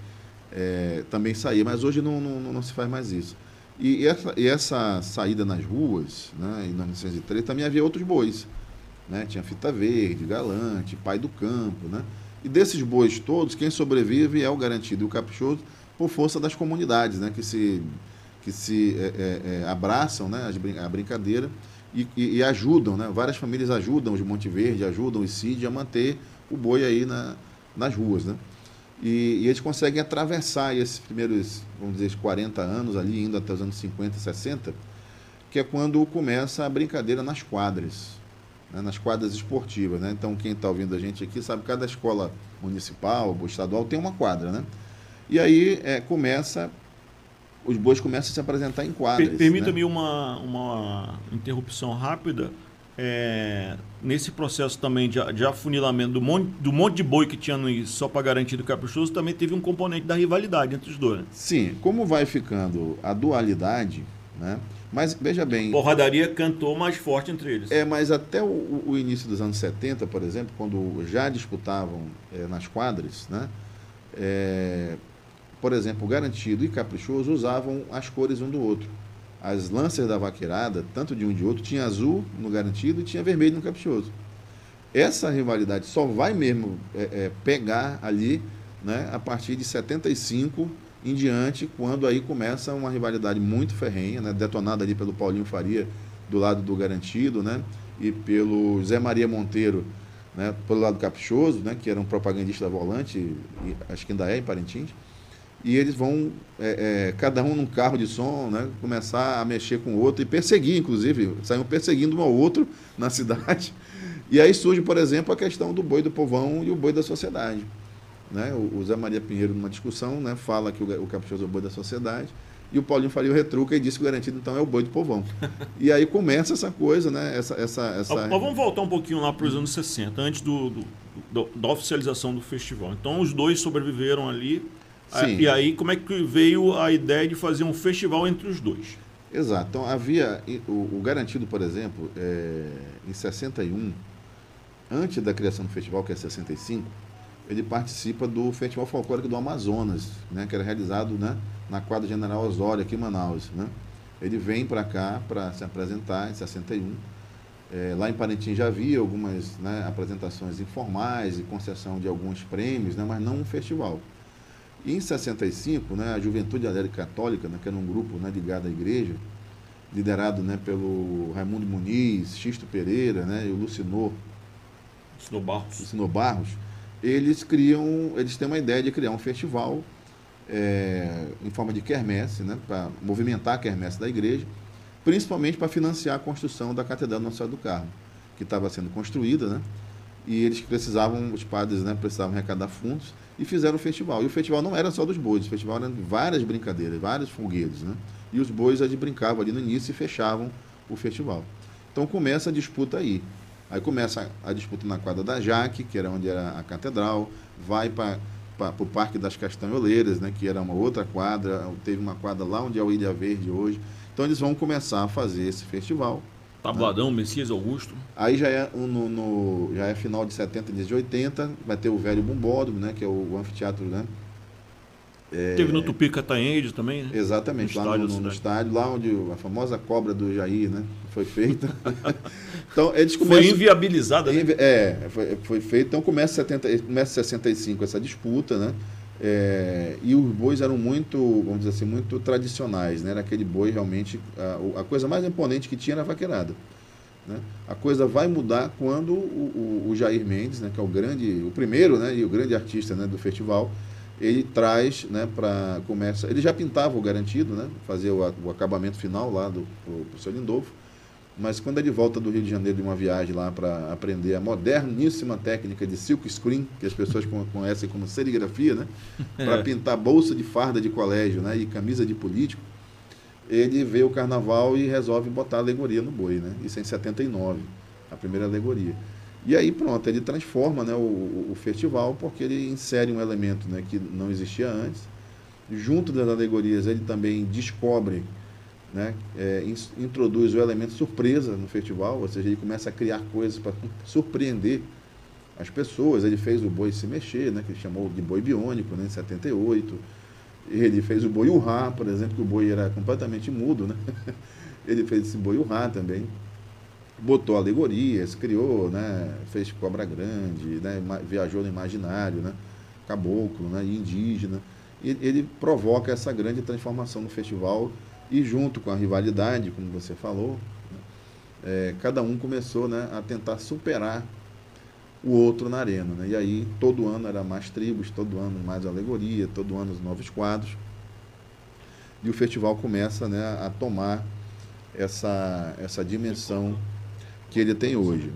V: é, também saía, mas hoje não, não, não se faz mais isso. E essa, e essa saída nas ruas, né, em mil novecentos e três, também havia outros bois, né, tinha Fita Verde, Galante, Pai do Campo, né, e desses bois todos, quem sobrevive é o Garantido e o Caprichoso por força das comunidades, né, que se, que se é, é, abraçam, né, a brincadeira e, e, e ajudam, né, várias famílias ajudam os Monte Verde, ajudam os Cid a manter o boi aí na, nas ruas, né. E, e eles conseguem atravessar esses primeiros, vamos dizer, quarenta anos ali, indo até os anos cinquenta, sessenta, que é quando começa a brincadeira nas quadras, né, nas quadras esportivas, né? Então, quem está ouvindo a gente aqui sabe que cada escola municipal ou estadual tem uma quadra, né? E aí é, começa, os bois começam a se apresentar em quadras.
B: Permita-me,
V: né?
B: uma, uma interrupção rápida. É, nesse processo também de, de afunilamento do monte, do monte de boi que tinha no, só para garantir do Caprichoso, também teve um componente da rivalidade entre os dois. Né?
V: Sim, como vai ficando a dualidade, né? Mas, veja bem...
B: A porradaria cantou mais forte entre eles.
V: É, mas até o, o início dos anos setenta, por exemplo, quando já disputavam é, nas quadras, né? É, por exemplo, o Garantido e Caprichoso usavam as cores um do outro. As lanças da vaqueirada, tanto de um e de outro, tinha azul no Garantido e tinha vermelho no Caprichoso. Essa rivalidade só vai mesmo é, é, pegar ali, né, a partir de setenta e cinco em diante, quando aí começa uma rivalidade muito ferrenha, né, detonada ali pelo Paulinho Faria, do lado do Garantido, né, e pelo Zé Maria Monteiro, né, pelo lado Caprichoso, né, que era um propagandista da Volante, e acho que ainda é em Parintins, e eles vão, é, é, cada um num carro de som, né, começar a mexer com o outro e perseguir, inclusive, saíam perseguindo um ao outro na cidade. E aí surge, por exemplo, a questão do boi do povão e o boi da sociedade. Né? O, o Zé Maria Pinheiro, numa discussão, né, fala que o, o Caprichoso é o boi da sociedade, e o Paulinho Faria retruca e diz que o garantido, então, é o boi do povão. E aí começa essa coisa, né? Essa, essa, essa...
B: Mas vamos voltar um pouquinho lá para os anos sessenta, antes do, do, do, da oficialização do festival. Então, os dois sobreviveram ali.
V: Sim.
B: E aí, como é que veio a ideia de fazer um festival entre os dois?
V: Exato. Então, havia... O, o Garantido, por exemplo, é, em sessenta e um, antes da criação do festival, que é sessenta e cinco, ele participa do Festival Folclórico do Amazonas, né, que era realizado, né, na quadra General Osório, aqui em Manaus. Né? Ele vem para cá para se apresentar em sessenta e um. É, lá em Parintins já havia algumas, né, apresentações informais e concessão de alguns prêmios, né, mas não um festival. E em sessenta e cinco, né, a Juventude Alegre Católica, né, que era um grupo, né, ligado à igreja, liderado, né, pelo Raimundo Muniz, Xisto Pereira, né, e o Lucinor,
B: Lucinor Barros.
V: Lucinor Barros, eles criam, eles têm uma ideia de criar um festival é, em forma de quermesse, né, para movimentar a quermesse da igreja, principalmente para financiar a construção da Catedral Nossa Senhora do Carmo, que estava sendo construída, né, e eles precisavam, os padres, né, precisavam arrecadar fundos e fizeram o festival. E o festival não era só dos bois, o festival era várias brincadeiras, vários folguedos, né, e os bois eles brincavam ali no início e fechavam o festival. Então começa a disputa aí. Aí começa a, a disputa na quadra da Jaque, que era onde era a catedral, vai para o Parque das Castanholeiras, né, que era uma outra quadra, teve uma quadra lá onde é o Ilha Verde hoje. Então eles vão começar a fazer esse festival.
B: Tabuadão, né? Messias Augusto.
V: Aí já é, no, no, já é final de setenta, início de oitenta, vai ter o velho Bumbódromo, né, que é o, o anfiteatro, né?
B: É... Teve no Tupi Catanhede também, né?
V: Exatamente, no lá no, no, no estádio, lá onde a famosa cobra do Jair, né, foi feita. Então, eles começam...
B: Foi inviabilizada, né?
V: É, foi, foi feito. Então, começa, setenta, começa em sessenta e cinco essa disputa, né? É, e os bois eram muito, vamos dizer assim, muito tradicionais, né? Era aquele boi realmente... A, a coisa mais imponente que tinha era a vaqueirada. Né? A coisa vai mudar quando o, o, o Jair Mendes, né, que é o grande, o primeiro, né, e o grande artista, né, do festival, ele traz, né, para começa, ele já pintava o Garantido, né, fazia o, o acabamento final lá do pro, pro seu Lindolfo, mas quando ele volta do Rio de Janeiro de uma viagem lá para aprender a moderníssima técnica de silk screen, que as pessoas conhecem como serigrafia, né, para é. pintar bolsa de farda de colégio, né, e camisa de político, ele vê o carnaval e resolve botar a alegoria no boi, né, isso é em setenta e nove, a primeira alegoria. E aí, pronto, ele transforma, né, o, o festival, porque ele insere um elemento, né, que não existia antes. Junto das alegorias, ele também descobre, né, é, in, introduz o elemento surpresa no festival, ou seja, ele começa a criar coisas para surpreender as pessoas. Ele fez o boi se mexer, né, que ele chamou de boi biônico, né, em setenta e oito. Ele fez o boi urrá, por exemplo, que o boi era completamente mudo, né? Ele fez esse boi urrá também. Botou alegorias, criou, né, fez cobra grande, né, viajou no imaginário, né, caboclo, né, indígena. E ele provoca essa grande transformação no festival e junto com a rivalidade, como você falou, né, é, cada um começou, né, a tentar superar o outro na arena. Né, e aí todo ano era mais tribos, todo ano mais alegoria, todo ano os novos quadros. E o festival começa, né, a tomar essa, essa dimensão que ele tem hoje.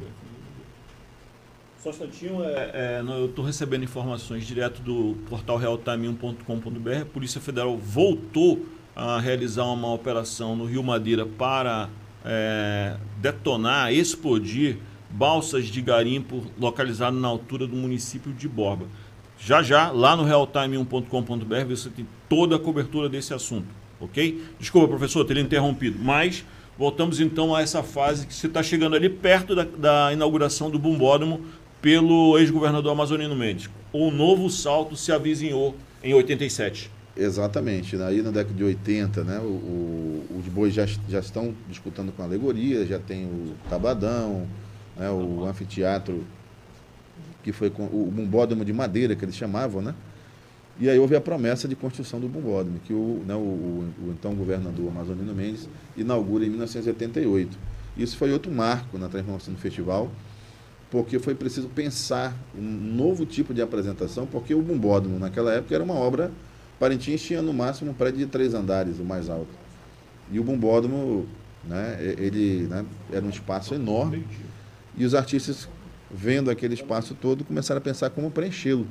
B: Só um instantinho, é, é, eu estou recebendo informações direto do portal real time um ponto com ponto b r. A Polícia Federal voltou a realizar uma operação no Rio Madeira para é, detonar, explodir balsas de garimpo localizadas na altura do município de Borba. Já já, lá no real time um ponto com ponto b r, você tem toda a cobertura desse assunto, ok? Desculpa, professor, ter interrompido, mas... Voltamos então a essa fase que você está chegando ali perto da, da inauguração do Bumbódromo pelo ex-governador Amazonino Mendes. O novo salto se avizinhou em oitenta e sete.
V: Exatamente. Aí na década de oitenta, né, o, o, os bois já, já estão disputando com a alegoria, já tem o Tabadão, né, o anfiteatro, que foi com, o Bumbódromo de madeira, que eles chamavam, né? E aí houve a promessa de construção do Bumbódromo, que o, né, o, o, o então governador Amazonino Mendes inaugura em mil novecentos e oitenta e oito. Isso foi outro marco na transformação do festival, porque foi preciso pensar um novo tipo de apresentação, porque o Bumbódromo, naquela época, era uma obra... Parintins tinha, no máximo, um prédio de três andares, o mais alto. E o Bumbódromo, né, ele, né, era um espaço enorme, e os artistas, vendo aquele espaço todo, começaram a pensar como preenchê-lo.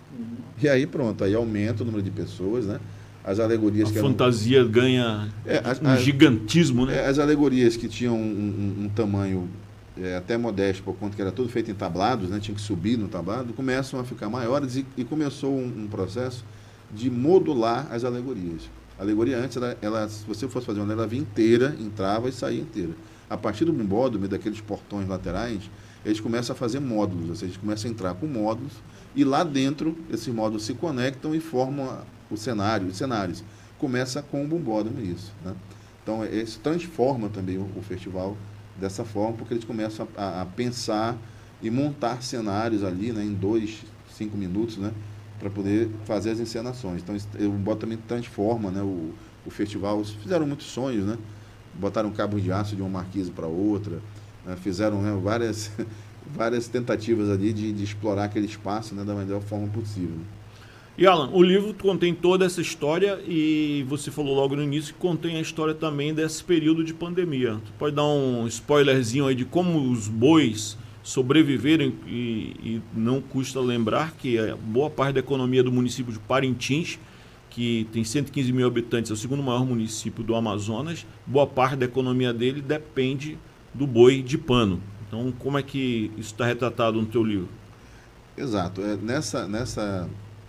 V: E aí, pronto, aí aumenta o número de pessoas, né? As alegorias...
B: A
V: que
B: fantasia
V: eram,
B: ganha
V: é, as,
B: um
V: as,
B: gigantismo, né?
V: As alegorias que tinham um, um, um tamanho é, até modesto, por conta que era tudo feito em tablados, né? Tinha que subir no tablado, começam a ficar maiores e, e começou um, um processo de modular as alegorias. A alegoria antes, ela, ela, se você fosse fazer uma, ela vinha inteira, entrava e saía inteira. A partir do Bumbódromo, daqueles portões laterais, eles começam a fazer módulos, ou seja, eles começam a entrar com módulos, e lá dentro, esses módulos se conectam e formam o cenário, os cenários. Começa com o Bumbódromo isso, né? Então, isso transforma também o, o festival dessa forma, porque eles começam a, a pensar e montar cenários ali, né, em dois, cinco minutos, né, para poder fazer as encenações. Então, o Bumbódromo também transforma, né, o, o festival. Eles fizeram muitos sonhos, né? Botaram cabos de aço de uma marquise para outra, né? Fizeram, né, várias, várias tentativas ali de, de explorar aquele espaço, né, da melhor forma possível.
B: E Alan, o livro contém toda essa história e você falou logo no início que contém a história também desse período de pandemia. Você pode dar um spoilerzinho aí de como os bois sobreviveram e, e não custa lembrar que a boa parte da economia do município de Parintins, que tem cento e quinze mil habitantes, é o segundo maior município do Amazonas, boa parte da economia dele depende do boi de pano. Então, como é que isso está retratado no teu livro?
V: Exato. É, nessa, nessa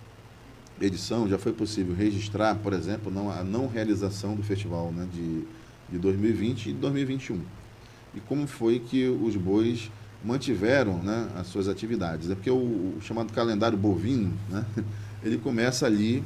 V: edição já foi possível registrar, por exemplo, não, a não realização do festival, né, de, de dois mil e vinte e dois mil e vinte e um. E como foi que os bois mantiveram, né, as suas atividades. É porque o, o chamado calendário bovino, né, ele começa ali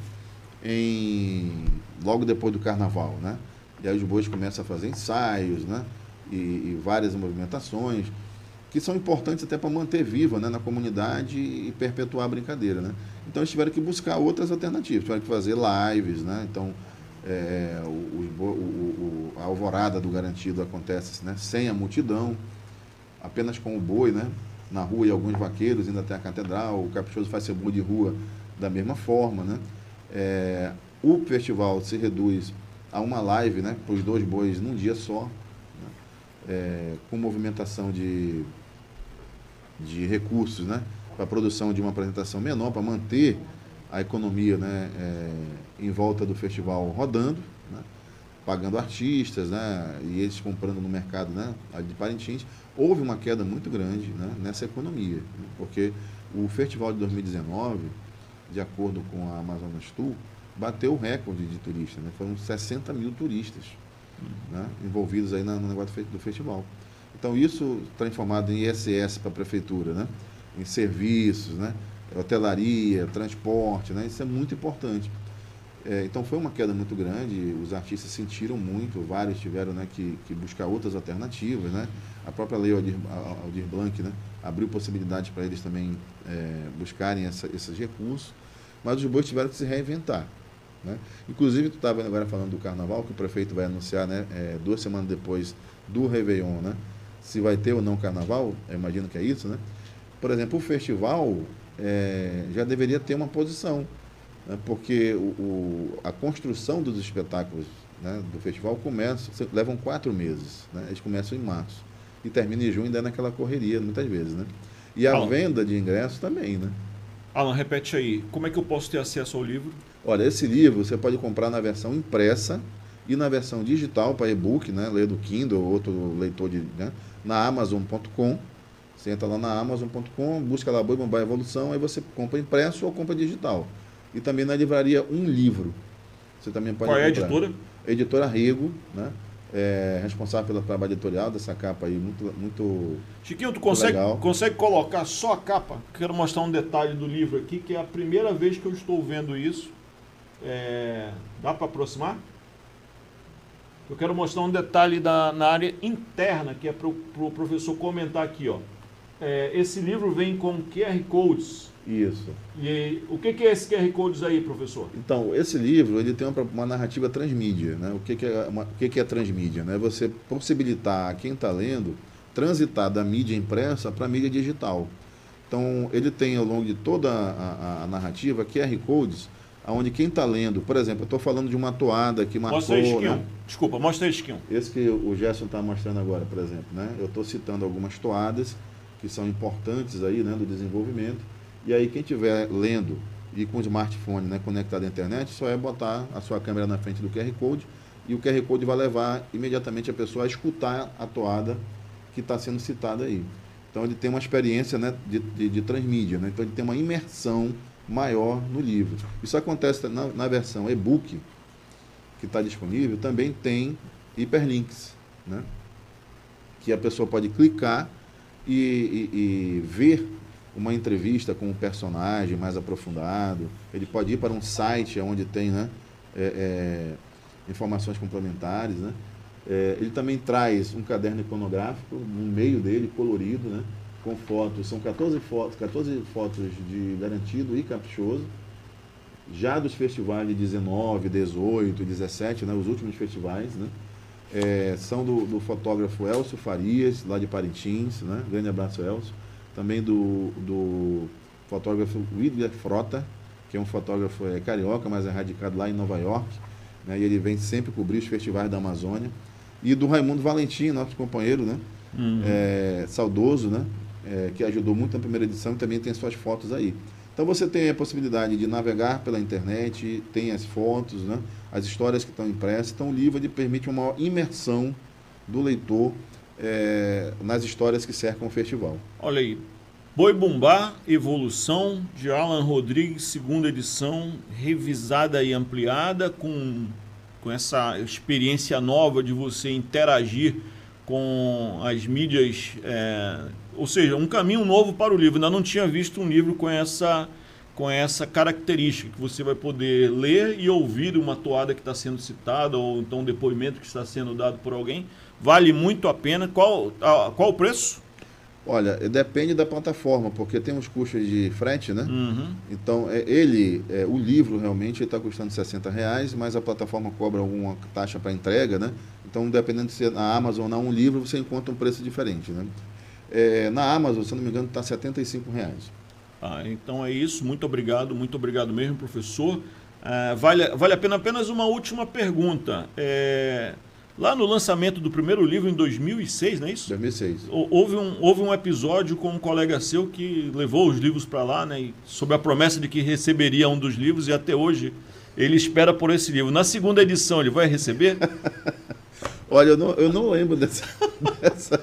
V: em, logo depois do carnaval, né? E aí os bois começam a fazer ensaios, né, e, e várias movimentações que são importantes até para manter viva, né, na comunidade e perpetuar a brincadeira, né? Então eles tiveram que buscar outras alternativas, tiveram que fazer lives, né? Então é, o, o, o, a alvorada do garantido acontece, né, sem a multidão, apenas com o boi, né, na rua e alguns vaqueiros indo até a catedral. O caprichoso faz seu boi de rua da mesma forma, né? É, o festival se reduz a uma live, né, para os dois bois num dia só, né, é, com movimentação de, de recursos, né, para a produção de uma apresentação menor, para manter a economia, né, é, em volta do festival rodando, né, pagando artistas, né, e eles comprando no mercado, né, de Parintins. Houve uma queda muito grande, né, nessa economia, né, porque o festival de dois mil e dezenove, de acordo com a Amazonas Tour, bateu o recorde de turistas, né, foram sessenta mil turistas, né, envolvidos aí no negócio do festival. Então isso transformado em I S S para a prefeitura, né, em serviços, né, hotelaria, transporte, né, isso é muito importante. É, então foi uma queda muito grande, os artistas sentiram muito, vários tiveram, né, que, que buscar outras alternativas, né? A própria lei Aldir, Aldir Blanc, né, abriu possibilidades para eles também é, buscarem essa, esses recursos, mas os bois tiveram que se reinventar, né? Inclusive, tu estava agora falando do carnaval, que o prefeito vai anunciar, né, é, duas semanas depois do Réveillon, né, se vai ter ou não carnaval, eu imagino que é isso, né? Por exemplo, o festival é, já deveria ter uma posição, né, porque o, o, a construção dos espetáculos, né, do festival começa, levam quatro meses, né? Eles começam em março e terminam em junho, ainda é naquela correria, muitas vezes, né? E a Alan, venda de ingressos também, né?
B: Alan, repete aí, como é que eu posso ter acesso ao livro?
V: Olha, esse livro você pode comprar na versão impressa e na versão digital para e-book, né, ler do Kindle ou outro leitor, de, né, na amazon ponto com. Você entra lá na amazon ponto com, busca lá Boi Bumbá Evolução, aí você compra impresso ou compra digital. E também na livraria Um Livro. Você também pode
B: Qual é a
V: comprar.
B: editora?
V: Editora Rego, né? É responsável pelo trabalho editorial dessa capa aí, muito, muito
B: Chiquinho, tu consegue,
V: legal.
B: consegue colocar só a capa? Quero mostrar um detalhe do livro aqui, que é a primeira vez que eu estou vendo isso. É, dá para aproximar? Eu quero mostrar um detalhe da, na área interna, que é para o pro professor comentar aqui, ó. É, esse livro vem com Q R Codes.
V: Isso.
B: E o que, que é esse Q R Codes aí, professor?
V: Então, esse livro ele tem uma, uma narrativa transmídia, né? O que, que, é, uma, o que, que é transmídia? Né? Você possibilitar a quem está lendo transitar da mídia impressa para a mídia digital. Então, ele tem ao longo de toda a, a, a narrativa Q R Codes, onde quem está lendo, por exemplo, eu estou falando de uma toada que marcou...
B: Mostra aí,
V: né?
B: Desculpa, mostra aí, Chiquinho.
V: Esse que o Gerson está mostrando agora, por exemplo. Né? Eu estou citando algumas toadas que são importantes aí, né, do desenvolvimento. E aí, quem estiver lendo e com o smartphone, né, conectado à internet, só é botar a sua câmera na frente do Q R Code e o Q R Code vai levar imediatamente a pessoa a escutar a toada que está sendo citada aí. Então, ele tem uma experiência, né, de, de, de transmídia, né? Então, ele tem uma imersão maior no livro. Isso acontece na, na versão e-book, que está disponível, também tem hiperlinks, né? Que a pessoa pode clicar e, e, e ver uma entrevista com um personagem mais aprofundado. Ele pode ir para um site onde tem, né, é, é, informações complementares, né? É, ele também traz um caderno iconográfico no meio dele, colorido, né, com fotos. São quatorze fotos, quatorze fotos de garantido e caprichoso, já dos festivais de dezenove, dezoito, dezessete, né, os últimos festivais, né, é, são do, do fotógrafo Elcio Farias, lá de Parintins, né, grande abraço, Elcio. Também do, do fotógrafo William Frota, que é um fotógrafo é, carioca, mas é radicado lá em Nova York, né, e ele vem sempre cobrir os festivais da Amazônia. E do Raimundo Valentim, nosso companheiro, né, uhum. é, saudoso, né, é, que ajudou muito na primeira edição e também tem suas fotos aí. Então você tem a possibilidade de navegar pela internet, tem as fotos, né, as histórias que estão impressas. Então o livro ele permite uma maior imersão do leitor é, nas histórias que cercam o festival.
B: Olha aí, Boi Bumbá, Evolução, de Alan Rodrigues, segunda edição, revisada e ampliada, com, com essa experiência nova de você interagir com as mídias, é, ou seja, um caminho novo para o livro. Ainda não tinha visto um livro com essa, com essa característica, que você vai poder ler e ouvir uma toada que está sendo citada, ou então um depoimento que está sendo dado por alguém. Vale muito a pena. Qual, a, qual o preço?
V: Olha, depende da plataforma, porque tem os custos de frete, né?
B: Uhum.
V: Então, é, ele, é, o livro realmente está custando sessenta reais, mas a plataforma cobra alguma taxa para entrega, né? Então, dependendo de se é na Amazon ou na um livro, você encontra um preço diferente, né? É, na Amazon, se não me engano, está setenta e cinco reais.
B: Ah, então é isso. Muito obrigado, muito obrigado mesmo, professor. Ah, vale, vale a pena apenas uma última pergunta. É... Lá no lançamento do primeiro livro, em dois mil e seis, não é isso?
V: dois mil e seis.
B: Houve um, houve um episódio com um colega seu que levou os livros para lá, né? E sob a promessa de que receberia um dos livros, e até hoje ele espera por esse livro. Na segunda edição, ele vai receber?
V: Olha, eu não, eu não lembro dessa... dessa...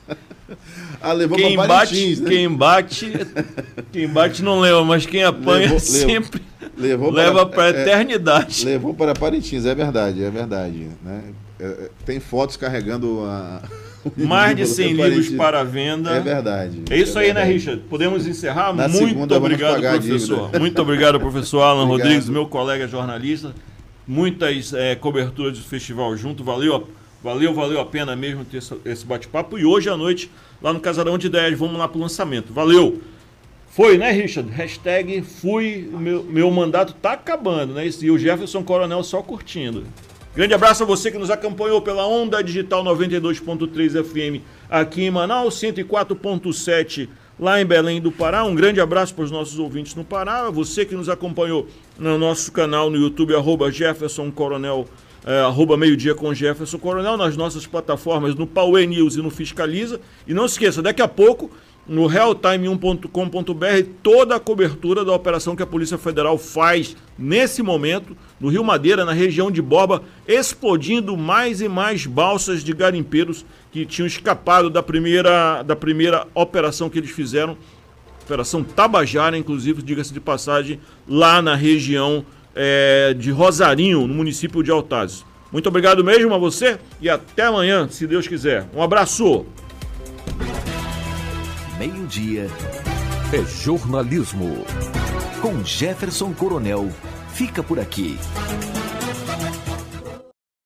B: Ah, levou quem para Parintins, bate, né? Quem bate, quem bate não leva, mas quem apanha levou, sempre levou leva para a eternidade.
V: É, levou para Parintins, é verdade, é verdade. Né? É, tem fotos carregando a...
B: mais de cem livros para a venda.
V: É verdade.
B: É isso
V: é
B: aí,
V: verdade.
B: né, Richard? Podemos encerrar?
V: Na
B: Muito
V: segunda,
B: obrigado, professor. Muito obrigado, professor Alan obrigado. Rodrigues, meu colega jornalista. Muitas é, coberturas do festival junto. Valeu, valeu, valeu a pena mesmo ter esse bate-papo. E hoje à noite, lá no Casarão de Ideias, vamos lá para o lançamento. Valeu! Foi, né, Richard? Hashtag fui, meu, meu mandato tá acabando, né? E o Jefferson Coronel só curtindo. Grande abraço a você que nos acompanhou pela Onda Digital noventa e dois ponto três F M aqui em Manaus, cento e quatro ponto sete lá em Belém do Pará. Um grande abraço para os nossos ouvintes no Pará. Você que nos acompanhou no nosso canal no YouTube, arroba Jefferson Coronel, é, arroba meio-dia com Jefferson Coronel, nas nossas plataformas no Pauê News e no Fiscaliza. E não se esqueça, daqui a pouco, no real time um ponto com ponto b r, toda a cobertura da operação que a Polícia Federal faz nesse momento, no Rio Madeira, na região de Borba, explodindo mais e mais balsas de garimpeiros que tinham escapado da primeira, da primeira operação que eles fizeram, Operação Tabajara, inclusive, diga-se de passagem, lá na região é, de Rosarinho, no município de Altazes. Muito obrigado mesmo a você e até amanhã, se Deus quiser. Um abraço!
A: Meio-dia é jornalismo. Com Jefferson Coronel. Fica por aqui.